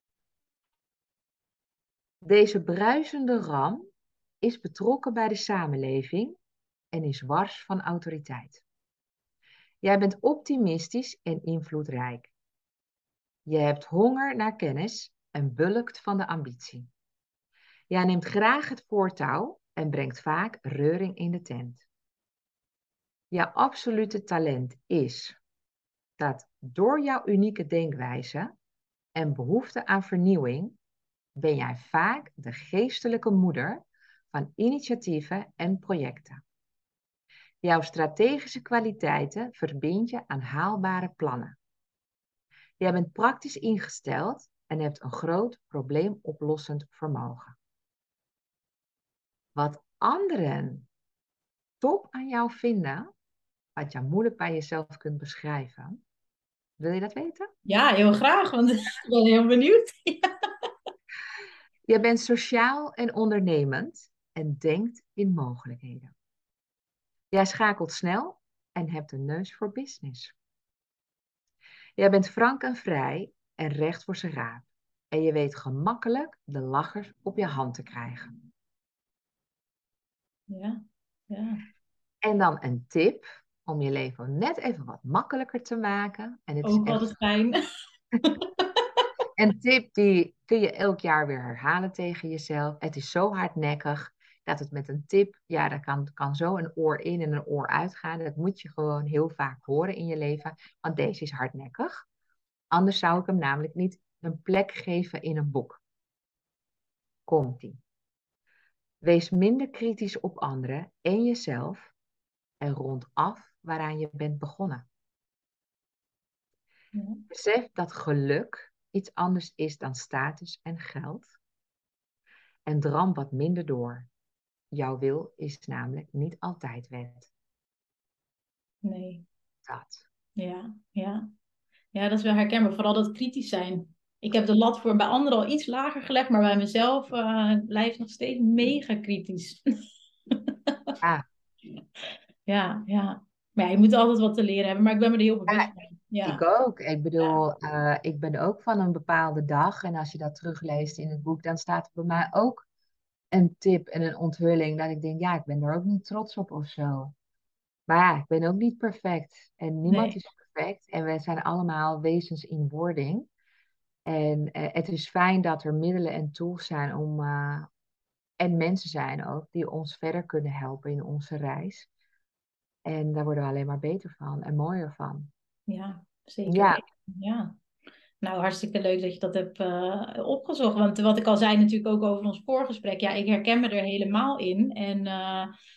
Deze bruisende ram is betrokken bij de samenleving en is wars van autoriteit. Jij bent optimistisch en invloedrijk. Je hebt honger naar kennis en bulkt van de ambitie. Jij neemt graag het voortouw en brengt vaak reuring in de tent. Jouw absolute talent is dat door jouw unieke denkwijze en behoefte aan vernieuwing ben jij vaak de geestelijke moeder van initiatieven en projecten. Jouw strategische kwaliteiten verbind je aan haalbare plannen. Jij bent praktisch ingesteld en hebt een groot probleemoplossend vermogen. Wat anderen top aan jou vinden, wat je moeilijk bij jezelf kunt beschrijven, wil je dat weten? ja, heel graag, want ik ben heel benieuwd. Je bent sociaal en ondernemend en denkt in mogelijkheden. Jij schakelt snel en hebt een neus voor business. Jij bent frank en vrij en recht voor zijn raap. En je weet gemakkelijk de lachers op je hand te krijgen. Ja, ja. En dan een tip om je leven net even wat makkelijker te maken. En het is Ook echt altijd fijn. een tip die kun je elk jaar weer herhalen tegen jezelf. Het is zo hardnekkig dat het met een tip, ja, daar kan, kan zo een oor in en een oor uitgaan. Dat moet je gewoon heel vaak horen in je leven, want deze is hardnekkig. Anders zou ik hem namelijk niet een plek geven in een boek. Komt-ie. Wees minder kritisch op anderen en jezelf en rond af waaraan je bent begonnen. Ja. Besef dat geluk iets anders is dan status en geld. En dram wat minder door. Jouw wil is namelijk niet altijd wet. Nee, Dat. ja, ja. Ja, dat is wel herkenbaar. Vooral dat kritisch zijn. Ik heb de lat voor bij anderen al iets lager gelegd, maar bij mezelf uh, blijft nog steeds mega kritisch. Ah, Ja, ja. Maar ja, je moet altijd wat te leren hebben, maar ik ben me er heel bewust ja, van. ik Ja, ook. Ik ja, bedoel, uh, ik ben ook van een bepaalde dag. En als je dat terugleest in het boek, dan staat er bij mij ook een tip en een onthulling. Dat ik denk, ja, ik ben er ook niet trots op of zo. Maar ja, ik ben ook niet perfect. En niemand nee, is perfect. En we zijn allemaal wezens in wording. En uh, het is fijn dat er middelen en tools zijn om, uh, en mensen zijn ook, die ons verder kunnen helpen in onze reis. En daar worden we alleen maar beter van en mooier van. ja, zeker Ja, weten. Ja. Nou, hartstikke leuk dat je dat hebt uh, opgezocht. Want wat ik al zei natuurlijk ook over ons voorgesprek. Ja, ik herken me er helemaal in. En uh,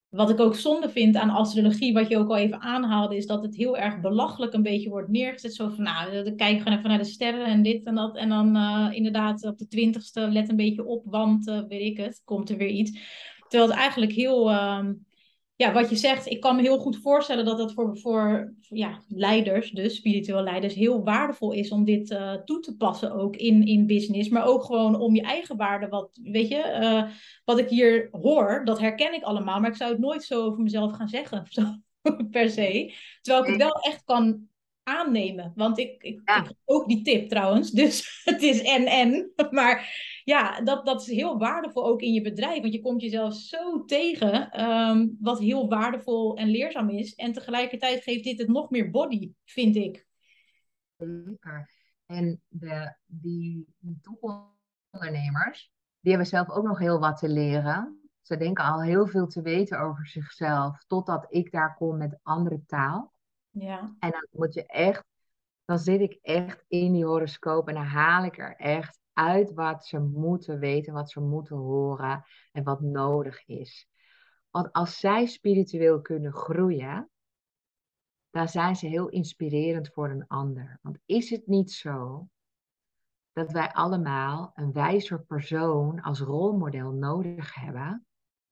Wat ik ook zonde vind aan astrologie, wat je ook al even aanhaalde, is dat het heel erg belachelijk een beetje wordt neergezet. Zo van, nou, dan kijk je gewoon even naar de sterren en dit en dat. En dan uh, inderdaad op de twintigste, let een beetje op, want uh, weet ik het, komt er weer iets. Terwijl het eigenlijk heel, uh, ja, wat je zegt, ik kan me heel goed voorstellen dat dat voor, voor ja, leiders, dus spiritueel leiders, heel waardevol is om dit uh, toe te passen ook in, in business. Maar ook gewoon om je eigen waarde, wat, weet je, uh, wat ik hier hoor, dat herken ik allemaal. Maar ik zou het nooit zo over mezelf gaan zeggen, zo, per se. Terwijl ik het wel echt kan aannemen. Want ik, ik, ik Ja. heb ook die tip trouwens. Dus het is en-en. Maar ja, dat, dat is heel waardevol ook in je bedrijf. Want je komt jezelf zo tegen, um, wat heel waardevol en leerzaam is. En tegelijkertijd geeft dit het nog meer body, vind ik. Zeker. En de, die, die topondernemers, die hebben zelf ook nog heel wat te leren. Ze denken al heel veel te weten over zichzelf, totdat ik daar kom met andere taal. Ja, En dan moet je echt, dan zit ik echt in die horoscoop en dan haal ik er echt uit wat ze moeten weten, wat ze moeten horen en wat nodig is. Want als zij spiritueel kunnen groeien, dan zijn ze heel inspirerend voor een ander. Want is het niet zo dat wij allemaal een wijzer persoon als rolmodel nodig hebben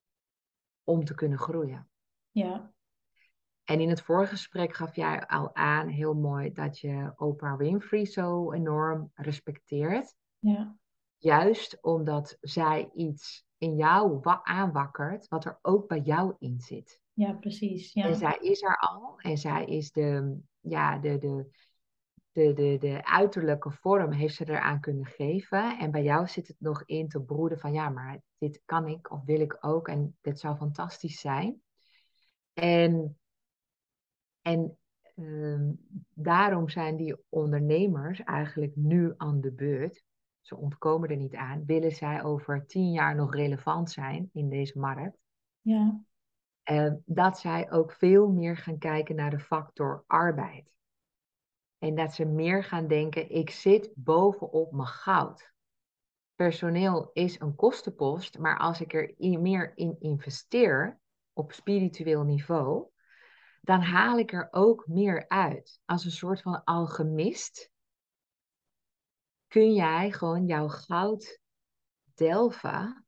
om te kunnen groeien? ja, En in het vorige gesprek gaf jij al aan, heel mooi, dat je Oprah Winfrey zo enorm respecteert. ja, Juist omdat zij iets in jou wa- aanwakkert, wat er ook bij jou in zit. ja, precies. En Ja, zij is er al. En zij is de, ja, de, de, de, de, de uiterlijke vorm heeft ze eraan kunnen geven. En bij jou zit het nog in te broeden van ja, maar dit kan ik of wil ik ook. En dit zou fantastisch zijn. En, en ehm, daarom zijn die ondernemers eigenlijk nu aan de beurt. Ze ontkomen er niet aan. Willen zij over tien jaar nog relevant zijn in deze markt? ja, Eh, dat zij ook veel meer gaan kijken naar de factor arbeid. En dat ze meer gaan denken, ik zit bovenop mijn goud. Personeel is een kostenpost, maar als ik er i- meer in investeer op spiritueel niveau, dan haal ik er ook meer uit. Als een soort van alchemist kun jij gewoon jouw goud delven,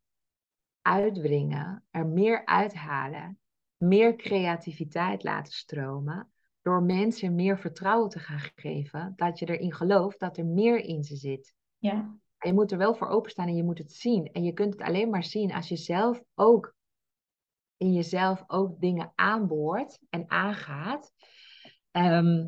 uitwringen, er meer uithalen, meer creativiteit laten stromen, door mensen meer vertrouwen te gaan geven, dat je erin gelooft dat er meer in ze zit. ja, En je moet er wel voor openstaan en je moet het zien. En je kunt het alleen maar zien als je zelf ook in jezelf ook dingen aanboort en aangaat. ehm,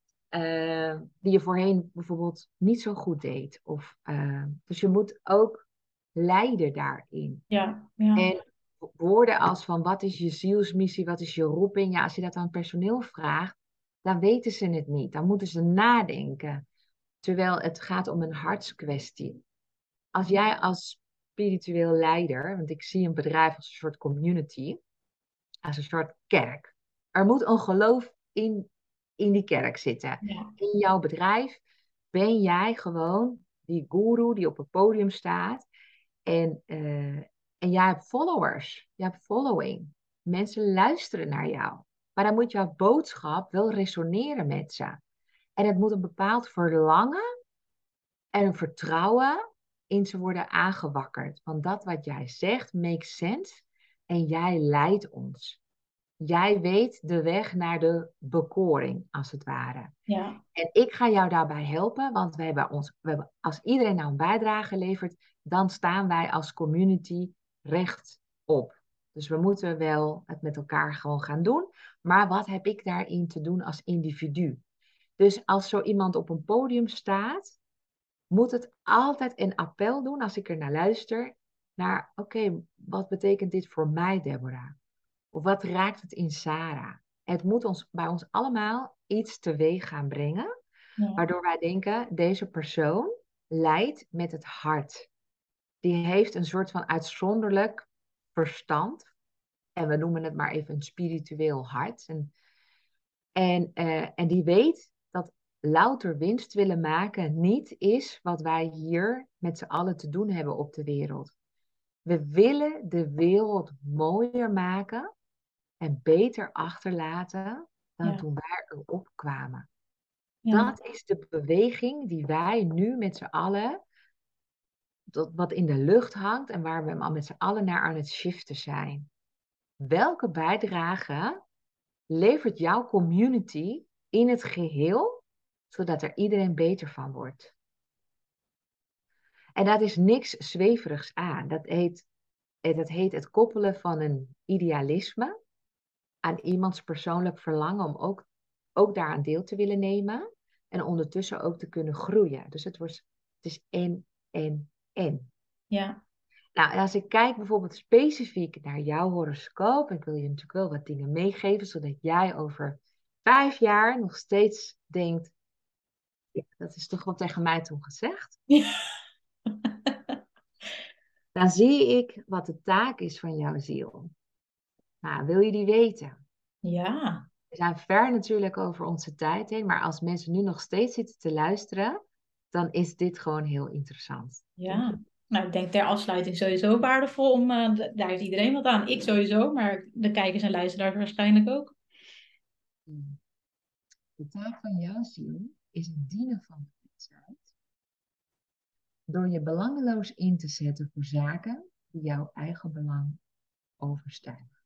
eh, die je voorheen bijvoorbeeld niet zo goed deed. Of, eh, dus je moet ook leiden daarin. ja, ja, En woorden als van wat is je zielsmissie, wat is je roeping? Ja, als je dat aan personeel vraagt, dan weten ze het niet. Dan moeten ze nadenken. Terwijl het gaat om een hartskwestie. Als jij als spiritueel leider, want ik zie een bedrijf als een soort community, als een soort kerk. Er moet een geloof in, in die kerk zitten. ja, In jouw bedrijf ben jij gewoon die guru die op het podium staat. En, eh, en jij hebt followers. Je hebt following. Mensen luisteren naar jou. Maar dan moet jouw boodschap wel resoneren met ze. En het moet een bepaald verlangen en een vertrouwen in ze worden aangewakkerd. Want dat wat jij zegt makes sense en jij leidt ons. Jij weet de weg naar de bekoring, als het ware. ja, En ik ga jou daarbij helpen, want we hebben ons, we hebben, als iedereen nou een bijdrage levert, dan staan wij als community rechtop. Dus we moeten wel het met elkaar gewoon gaan doen. Maar wat heb ik daarin te doen als individu? Dus als zo iemand op een podium staat, moet het altijd een appel doen als ik er naar luister. Naar, oké, okay, wat betekent dit voor mij, Deborah? Of wat raakt het in Sarah? Het moet ons, bij ons allemaal iets teweeg gaan brengen, ja, waardoor wij denken, deze persoon leidt met het hart. Die heeft een soort van uitzonderlijk verstand. En we noemen het maar even een spiritueel hart. En, en, uh, en die weet dat louter winst willen maken niet is wat wij hier met z'n allen te doen hebben op de wereld. We willen de wereld mooier maken en beter achterlaten dan Ja, toen wij erop kwamen. ja, Dat is de beweging die wij nu met z'n allen, dat wat in de lucht hangt en waar we met z'n allen naar aan het shiften zijn. Welke bijdrage levert jouw community in het geheel, zodat er iedereen beter van wordt? En dat is niks zweverigs aan. Dat heet, dat heet het koppelen van een idealisme aan iemands persoonlijk verlangen om ook, ook daaraan deel te willen nemen. En ondertussen ook te kunnen groeien. Dus het, wordt, het is en, en, en. ja. Nou, en als ik kijk bijvoorbeeld specifiek naar jouw horoscoop, ik wil je natuurlijk wel wat dingen meegeven, zodat jij over vijf jaar nog steeds denkt, ja, dat is toch wel tegen mij toen gezegd. Dan zie ik wat de taak is van jouw ziel. Nou, wil je die weten? Ja, We zijn ver natuurlijk over onze tijd heen, maar als mensen nu nog steeds zitten te luisteren, dan is dit gewoon heel interessant. Denk je? ja. Nou, ik denk ter afsluiting sowieso waardevol om, eh, d- daar heeft iedereen wat aan. Ik sowieso, maar de kijkers en luisteraars waarschijnlijk ook. Hmm. De taak van jouw ziel is het dienen van de mensheid door je belangeloos in te zetten voor zaken die jouw eigen belang overstijgen.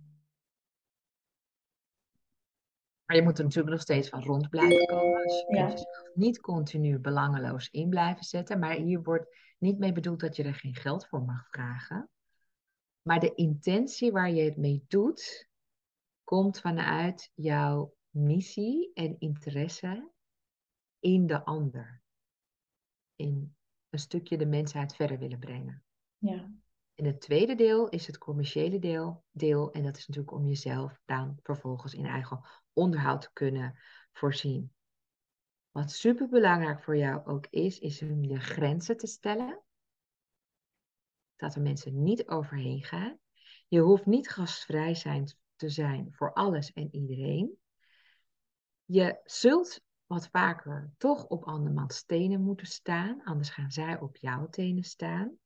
Maar je moet er natuurlijk nog steeds van rond blijven komen. Dus je kunt Ja, jezelf niet continu belangeloos in blijven zetten. Maar hier wordt niet mee bedoeld dat je er geen geld voor mag vragen. Maar de intentie waar je het mee doet, komt vanuit jouw missie en interesse in de ander. In een stukje de mensheid verder willen brengen. ja, En het tweede deel is het commerciële deel, deel. En dat is natuurlijk om jezelf dan vervolgens in eigen onderhoud te kunnen voorzien. Wat super belangrijk voor jou ook is, is om je grenzen te stellen. Dat er mensen niet overheen gaan. Je hoeft niet gastvrij zijn, te zijn voor alles en iedereen. Je zult wat vaker toch op andermans tenen moeten staan, anders gaan zij op jouw tenen staan.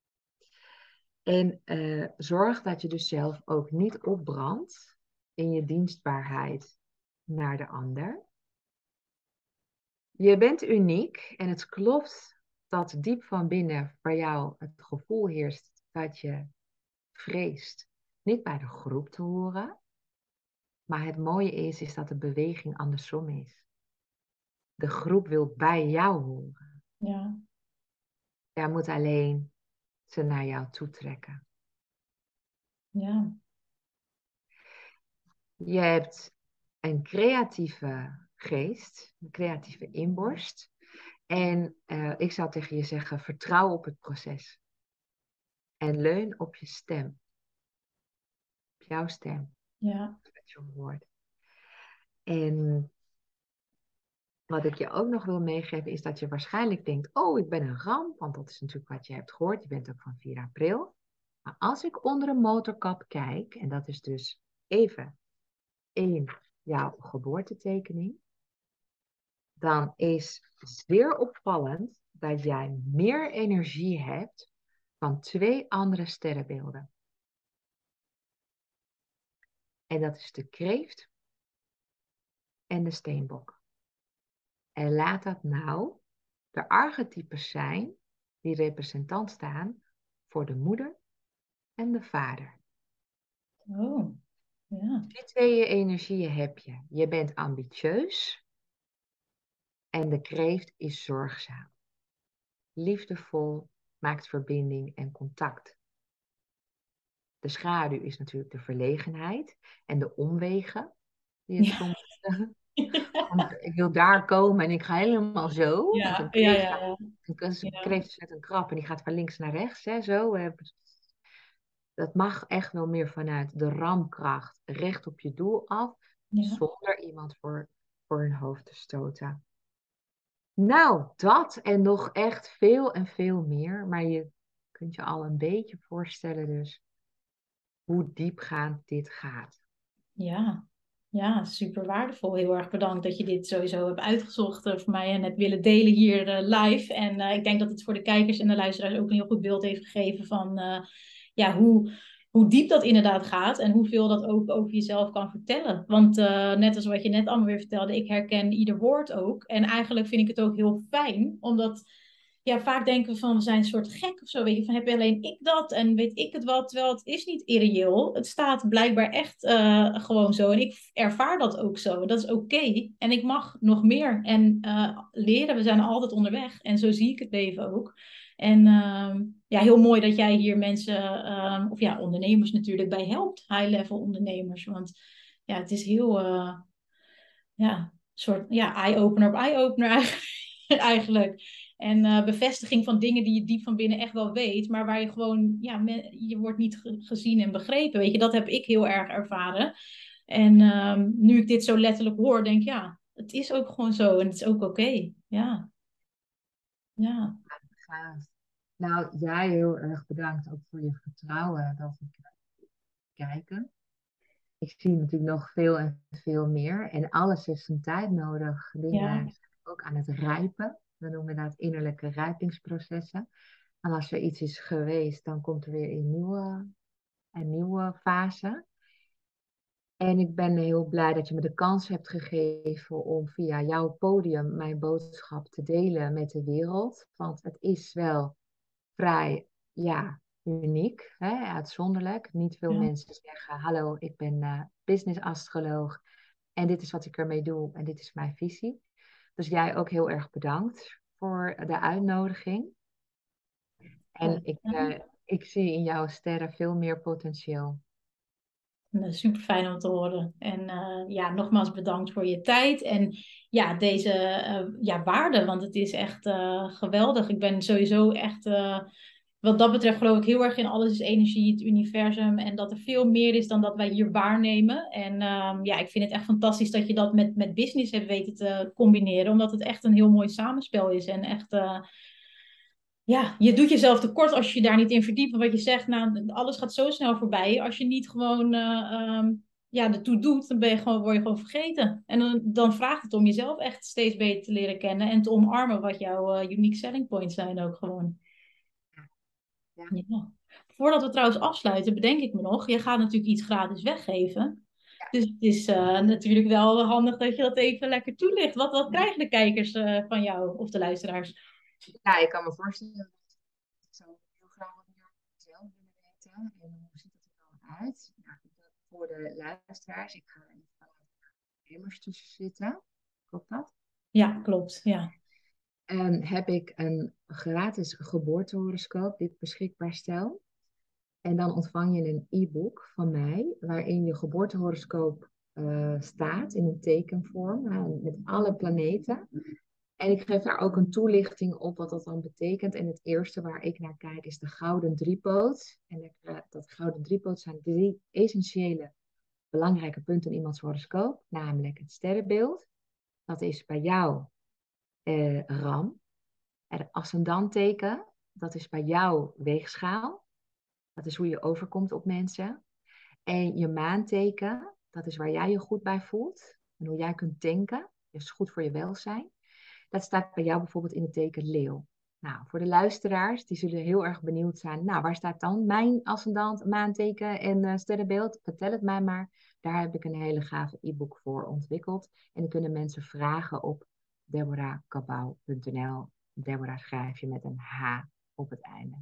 En uh, zorg dat je dus zelf ook niet opbrandt in je dienstbaarheid naar de ander. Je bent uniek en het klopt dat diep van binnen bij jou het gevoel heerst dat je vreest niet bij de groep te horen. Maar het mooie is, is dat de beweging andersom is. De groep wil bij jou horen. ja, Jij moet alleen ze naar jou toe trekken. ja, Je hebt een creatieve geest, een creatieve inborst. En uh, ik zou tegen je zeggen, vertrouw op het proces. En leun op je stem. Op jouw stem. ja, Wat je hoort. En wat ik je ook nog wil meegeven is dat je waarschijnlijk denkt, oh, ik ben een ramp. Want dat is natuurlijk wat je hebt gehoord. Je bent ook van vier april. Maar als ik onder een motorkap kijk, en dat is dus even in jouw geboortetekening, dan is zeer opvallend dat jij meer energie hebt van twee andere sterrenbeelden. En dat is de kreeft en de steenbok. En laat dat nou de archetypes zijn die representant staan voor de moeder en de vader. oh, ja, Die twee energieën heb je. Je bent ambitieus en de kreeft is zorgzaam. Liefdevol, maakt verbinding en contact. De schaduw is natuurlijk de verlegenheid en de omwegen die het ja, soms... Want ik wil daar komen en ik ga helemaal zo. Want ja, een ja, kreeft, ja, gaat, ja, een ja, kreeft is net een krab en die gaat van links naar rechts. Hè, zo. Dat mag echt wel meer vanuit de ramkracht, recht op je doel af, ja. zonder iemand voor, voor hun hoofd te stoten. Nou, dat en nog echt veel en veel meer. Maar je kunt je al een beetje voorstellen dus hoe diepgaand dit gaat. Ja, ja, super waardevol. Heel erg bedankt dat je dit sowieso hebt uitgezocht eh, voor mij en het willen delen hier eh, live. En eh, ik denk dat het voor de kijkers en de luisteraars ook een heel goed beeld heeft gegeven van eh, ja, hoe hoe diep dat inderdaad gaat en hoeveel dat ook over jezelf kan vertellen. Want uh, net als wat je net allemaal weer vertelde, ik herken ieder woord ook. En eigenlijk vind ik het ook heel fijn, omdat ja, vaak denken we van we zijn een soort gek of zo. Weet je, van heb je alleen ik dat en weet ik het wat? Terwijl het is niet irreëel. Het staat blijkbaar echt uh, gewoon zo. En ik ervaar dat ook zo. Dat is oké. Okay. En ik mag nog meer. En uh, leren, we zijn altijd onderweg. En zo zie ik het leven ook. En uh, ja, heel mooi dat jij hier mensen, uh, of ja, ondernemers natuurlijk bij helpt. High-level ondernemers. Want ja, het is heel, uh, ja, een soort ja, eye-opener op eye-opener eigenlijk. En uh, bevestiging van dingen die je diep van binnen echt wel weet, maar waar je gewoon, ja, me, je wordt niet ge- gezien en begrepen. Weet je, dat heb ik heel erg ervaren. En um, nu ik dit zo letterlijk hoor, denk ik, ja, het is ook gewoon zo en het is ook oké. Okay. Ja, ja. Gaaf. Nou, jij heel erg bedankt ook voor je vertrouwen dat ik kijken. Ik zie natuurlijk nog veel en veel meer. En alles heeft zijn tijd nodig. Dingen Ja, zijn ook aan het rijpen. We noemen dat innerlijke rijpingsprocessen. En als er iets is geweest, dan komt er weer een nieuwe, een nieuwe fase. En ik ben heel blij dat je me de kans hebt gegeven om via jouw podium mijn boodschap te delen met de wereld. Want het is wel vrij, ja, uniek, hè, uitzonderlijk. Niet veel ja. mensen zeggen, hallo, ik ben uh, business astroloog en dit is wat ik ermee doe en dit is mijn visie. Dus jij ook heel erg bedankt voor de uitnodiging. En ik, uh, ik zie in jouw sterren veel meer potentieel. Super fijn om te horen. En uh, ja, nogmaals bedankt voor je tijd en ja, deze uh, ja, waarde, want het is echt uh, geweldig. Ik ben sowieso echt, uh, wat dat betreft geloof ik heel erg in alles is energie, het universum en dat er veel meer is dan dat wij hier waarnemen. En uh, ja, ik vind het echt fantastisch dat je dat met, met business hebt weten te combineren, omdat het echt een heel mooi samenspel is en echt... Uh, ja, je doet jezelf tekort als je je daar niet in verdiept. Want wat je zegt, nou, alles gaat zo snel voorbij. Als je niet gewoon uh, um, ja, ertoe doet, dan ben je gewoon, word je gewoon vergeten. En dan, dan vraagt het om jezelf echt steeds beter te leren kennen en te omarmen wat jouw uh, unique selling points zijn ook gewoon. Ja. Ja. Voordat we trouwens afsluiten, bedenk ik me nog, je gaat natuurlijk iets gratis weggeven. Dus het is uh, natuurlijk wel handig dat je dat even lekker toelicht. Wat, wat krijgen de kijkers uh, van jou of de luisteraars? Nou, ik kan me voorstellen dat ik zo heel graag wat meer over mezelf willen weten. En hoe ziet het er dan uit? Nou, voor de luisteraars, ik ga er even vanuit gamers tussen zitten. Klopt dat? Ja, klopt. Ja. En heb ik een gratis geboortehoroscoop die ik beschikbaar stel. En dan ontvang je een e-book van mij, waarin je geboortehoroscoop uh, staat in een tekenvorm, uh, met alle planeten. En ik geef daar ook een toelichting op wat dat dan betekent. En het eerste waar ik naar kijk is de gouden driepoot. En uh, dat gouden driepoot zijn drie essentiële belangrijke punten in iemands horoscoop, namelijk het sterrenbeeld. Dat is bij jou uh, Ram. Het ascendanteken, dat is bij jou weegschaal. Dat is hoe je overkomt op mensen. En je maanteken, dat is waar jij je goed bij voelt. En hoe jij kunt denken. Dat is goed voor je welzijn. Dat staat bij jou bijvoorbeeld in het teken leeuw. Nou, voor de luisteraars, die zullen heel erg benieuwd zijn. Nou, waar staat dan mijn ascendant, maanteken en uh, sterrenbeeld? Vertel het mij maar. Daar heb ik een hele gave e-book voor ontwikkeld. En dan kunnen mensen vragen op deborah cabau punt n l. Deborah schrijf je met een H op het einde.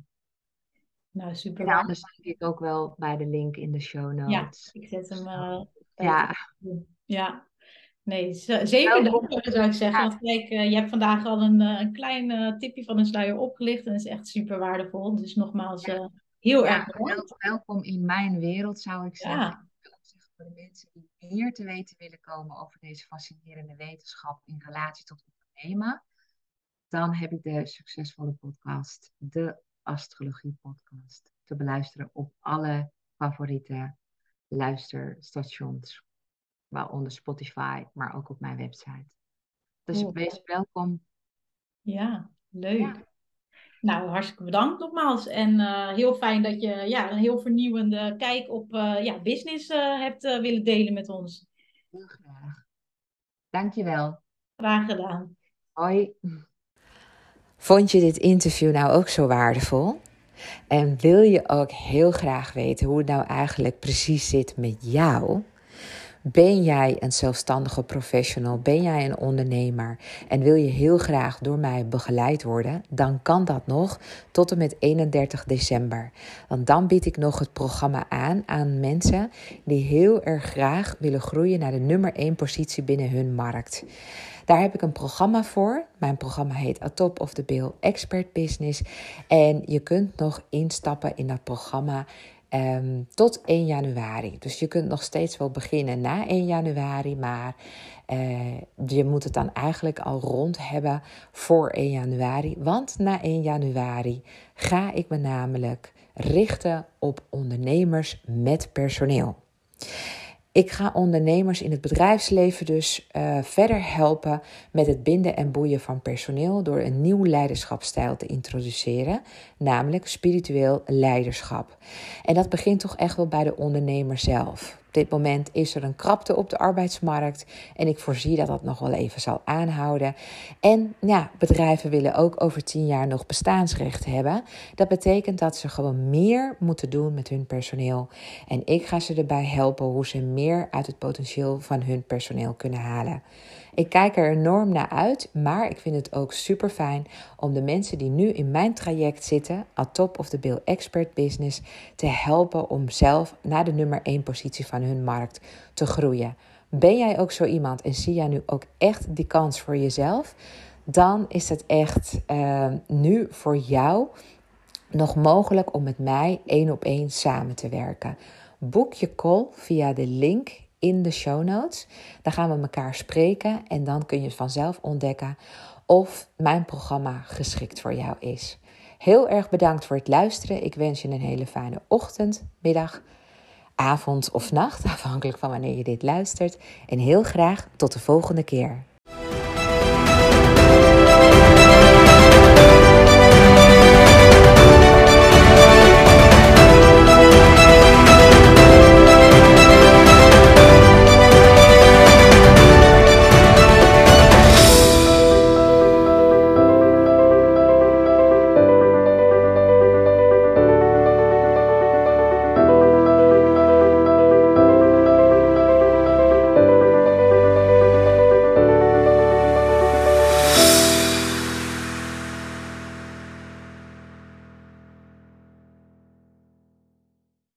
Nou, super En waar. anders zie ik ook wel bij de link in de show Ja, notes. ik zet hem Zo. uh, even. Ja, Ja, nee, z- zeker welkom. dank zou ik zeggen. Ja, Want kijk, uh, je hebt vandaag al een, uh, een klein uh, tipje van een sluier opgelicht. En dat is echt super waardevol. Dus nogmaals, ja, uh, heel erg ja, wel- bedankt. welkom in mijn wereld, zou ik zeggen. Ja, Ik wil ook zeggen voor de mensen die meer te weten willen komen over deze fascinerende wetenschap in relatie tot ondernemen, dan heb ik de succesvolle podcast, de Astrologie Podcast, te beluisteren op alle favoriete luisterstations, waaronder Spotify, maar ook op mijn website. Dus cool. wees welkom. Ja, Ja, leuk. Nou, hartstikke bedankt nogmaals. En uh, heel fijn dat je ja, een heel vernieuwende kijk op uh, ja, business uh, hebt uh, willen delen met ons. heel graag. Dankjewel. Graag gedaan. Hoi. Vond je dit interview nou ook zo waardevol? En wil je ook heel graag weten hoe het nou eigenlijk precies zit met jou? Ben jij een zelfstandige professional? Ben jij een ondernemer? En wil je heel graag door mij begeleid worden? Dan kan dat nog tot en met eenendertig december. Want dan bied ik nog het programma aan aan mensen die heel erg graag willen groeien naar de nummer één positie binnen hun markt. Daar heb ik een programma voor. Mijn programma heet A Top of the Bill Expert Business. En je kunt nog instappen in dat programma Um, tot één januari. Dus je kunt nog steeds wel beginnen na één januari, maar uh, je moet het dan eigenlijk al rond hebben voor één januari. Want na één januari ga ik me namelijk richten op ondernemers met personeel. Ik ga ondernemers in het bedrijfsleven dus uh, verder helpen met het binden en boeien van personeel door een nieuw leiderschapsstijl te introduceren, namelijk spiritueel leiderschap. En dat begint toch echt wel bij de ondernemer zelf. Op dit moment is er een krapte op de arbeidsmarkt en ik voorzie dat dat nog wel even zal aanhouden. En ja, bedrijven willen ook over tien jaar nog bestaansrecht hebben. Dat betekent dat ze gewoon meer moeten doen met hun personeel. En ik ga ze erbij helpen hoe ze meer uit het potentieel van hun personeel kunnen halen. Ik kijk er enorm naar uit, maar ik vind het ook super fijn om de mensen die nu in mijn traject zitten, A Top of the Bill Expert Business, te helpen om zelf naar de nummer één positie van hun markt te groeien. Ben jij ook zo iemand en zie jij nu ook echt die kans voor jezelf? Dan is het echt uh, nu voor jou nog mogelijk om met mij één op één samen te werken. Boek je call via de link in de show notes. Dan gaan we elkaar spreken en dan kun je vanzelf ontdekken of mijn programma geschikt voor jou is. Heel erg bedankt voor het luisteren. Ik wens je een hele fijne ochtend, middag, avond of nacht, afhankelijk van wanneer je dit luistert. En heel graag tot de volgende keer.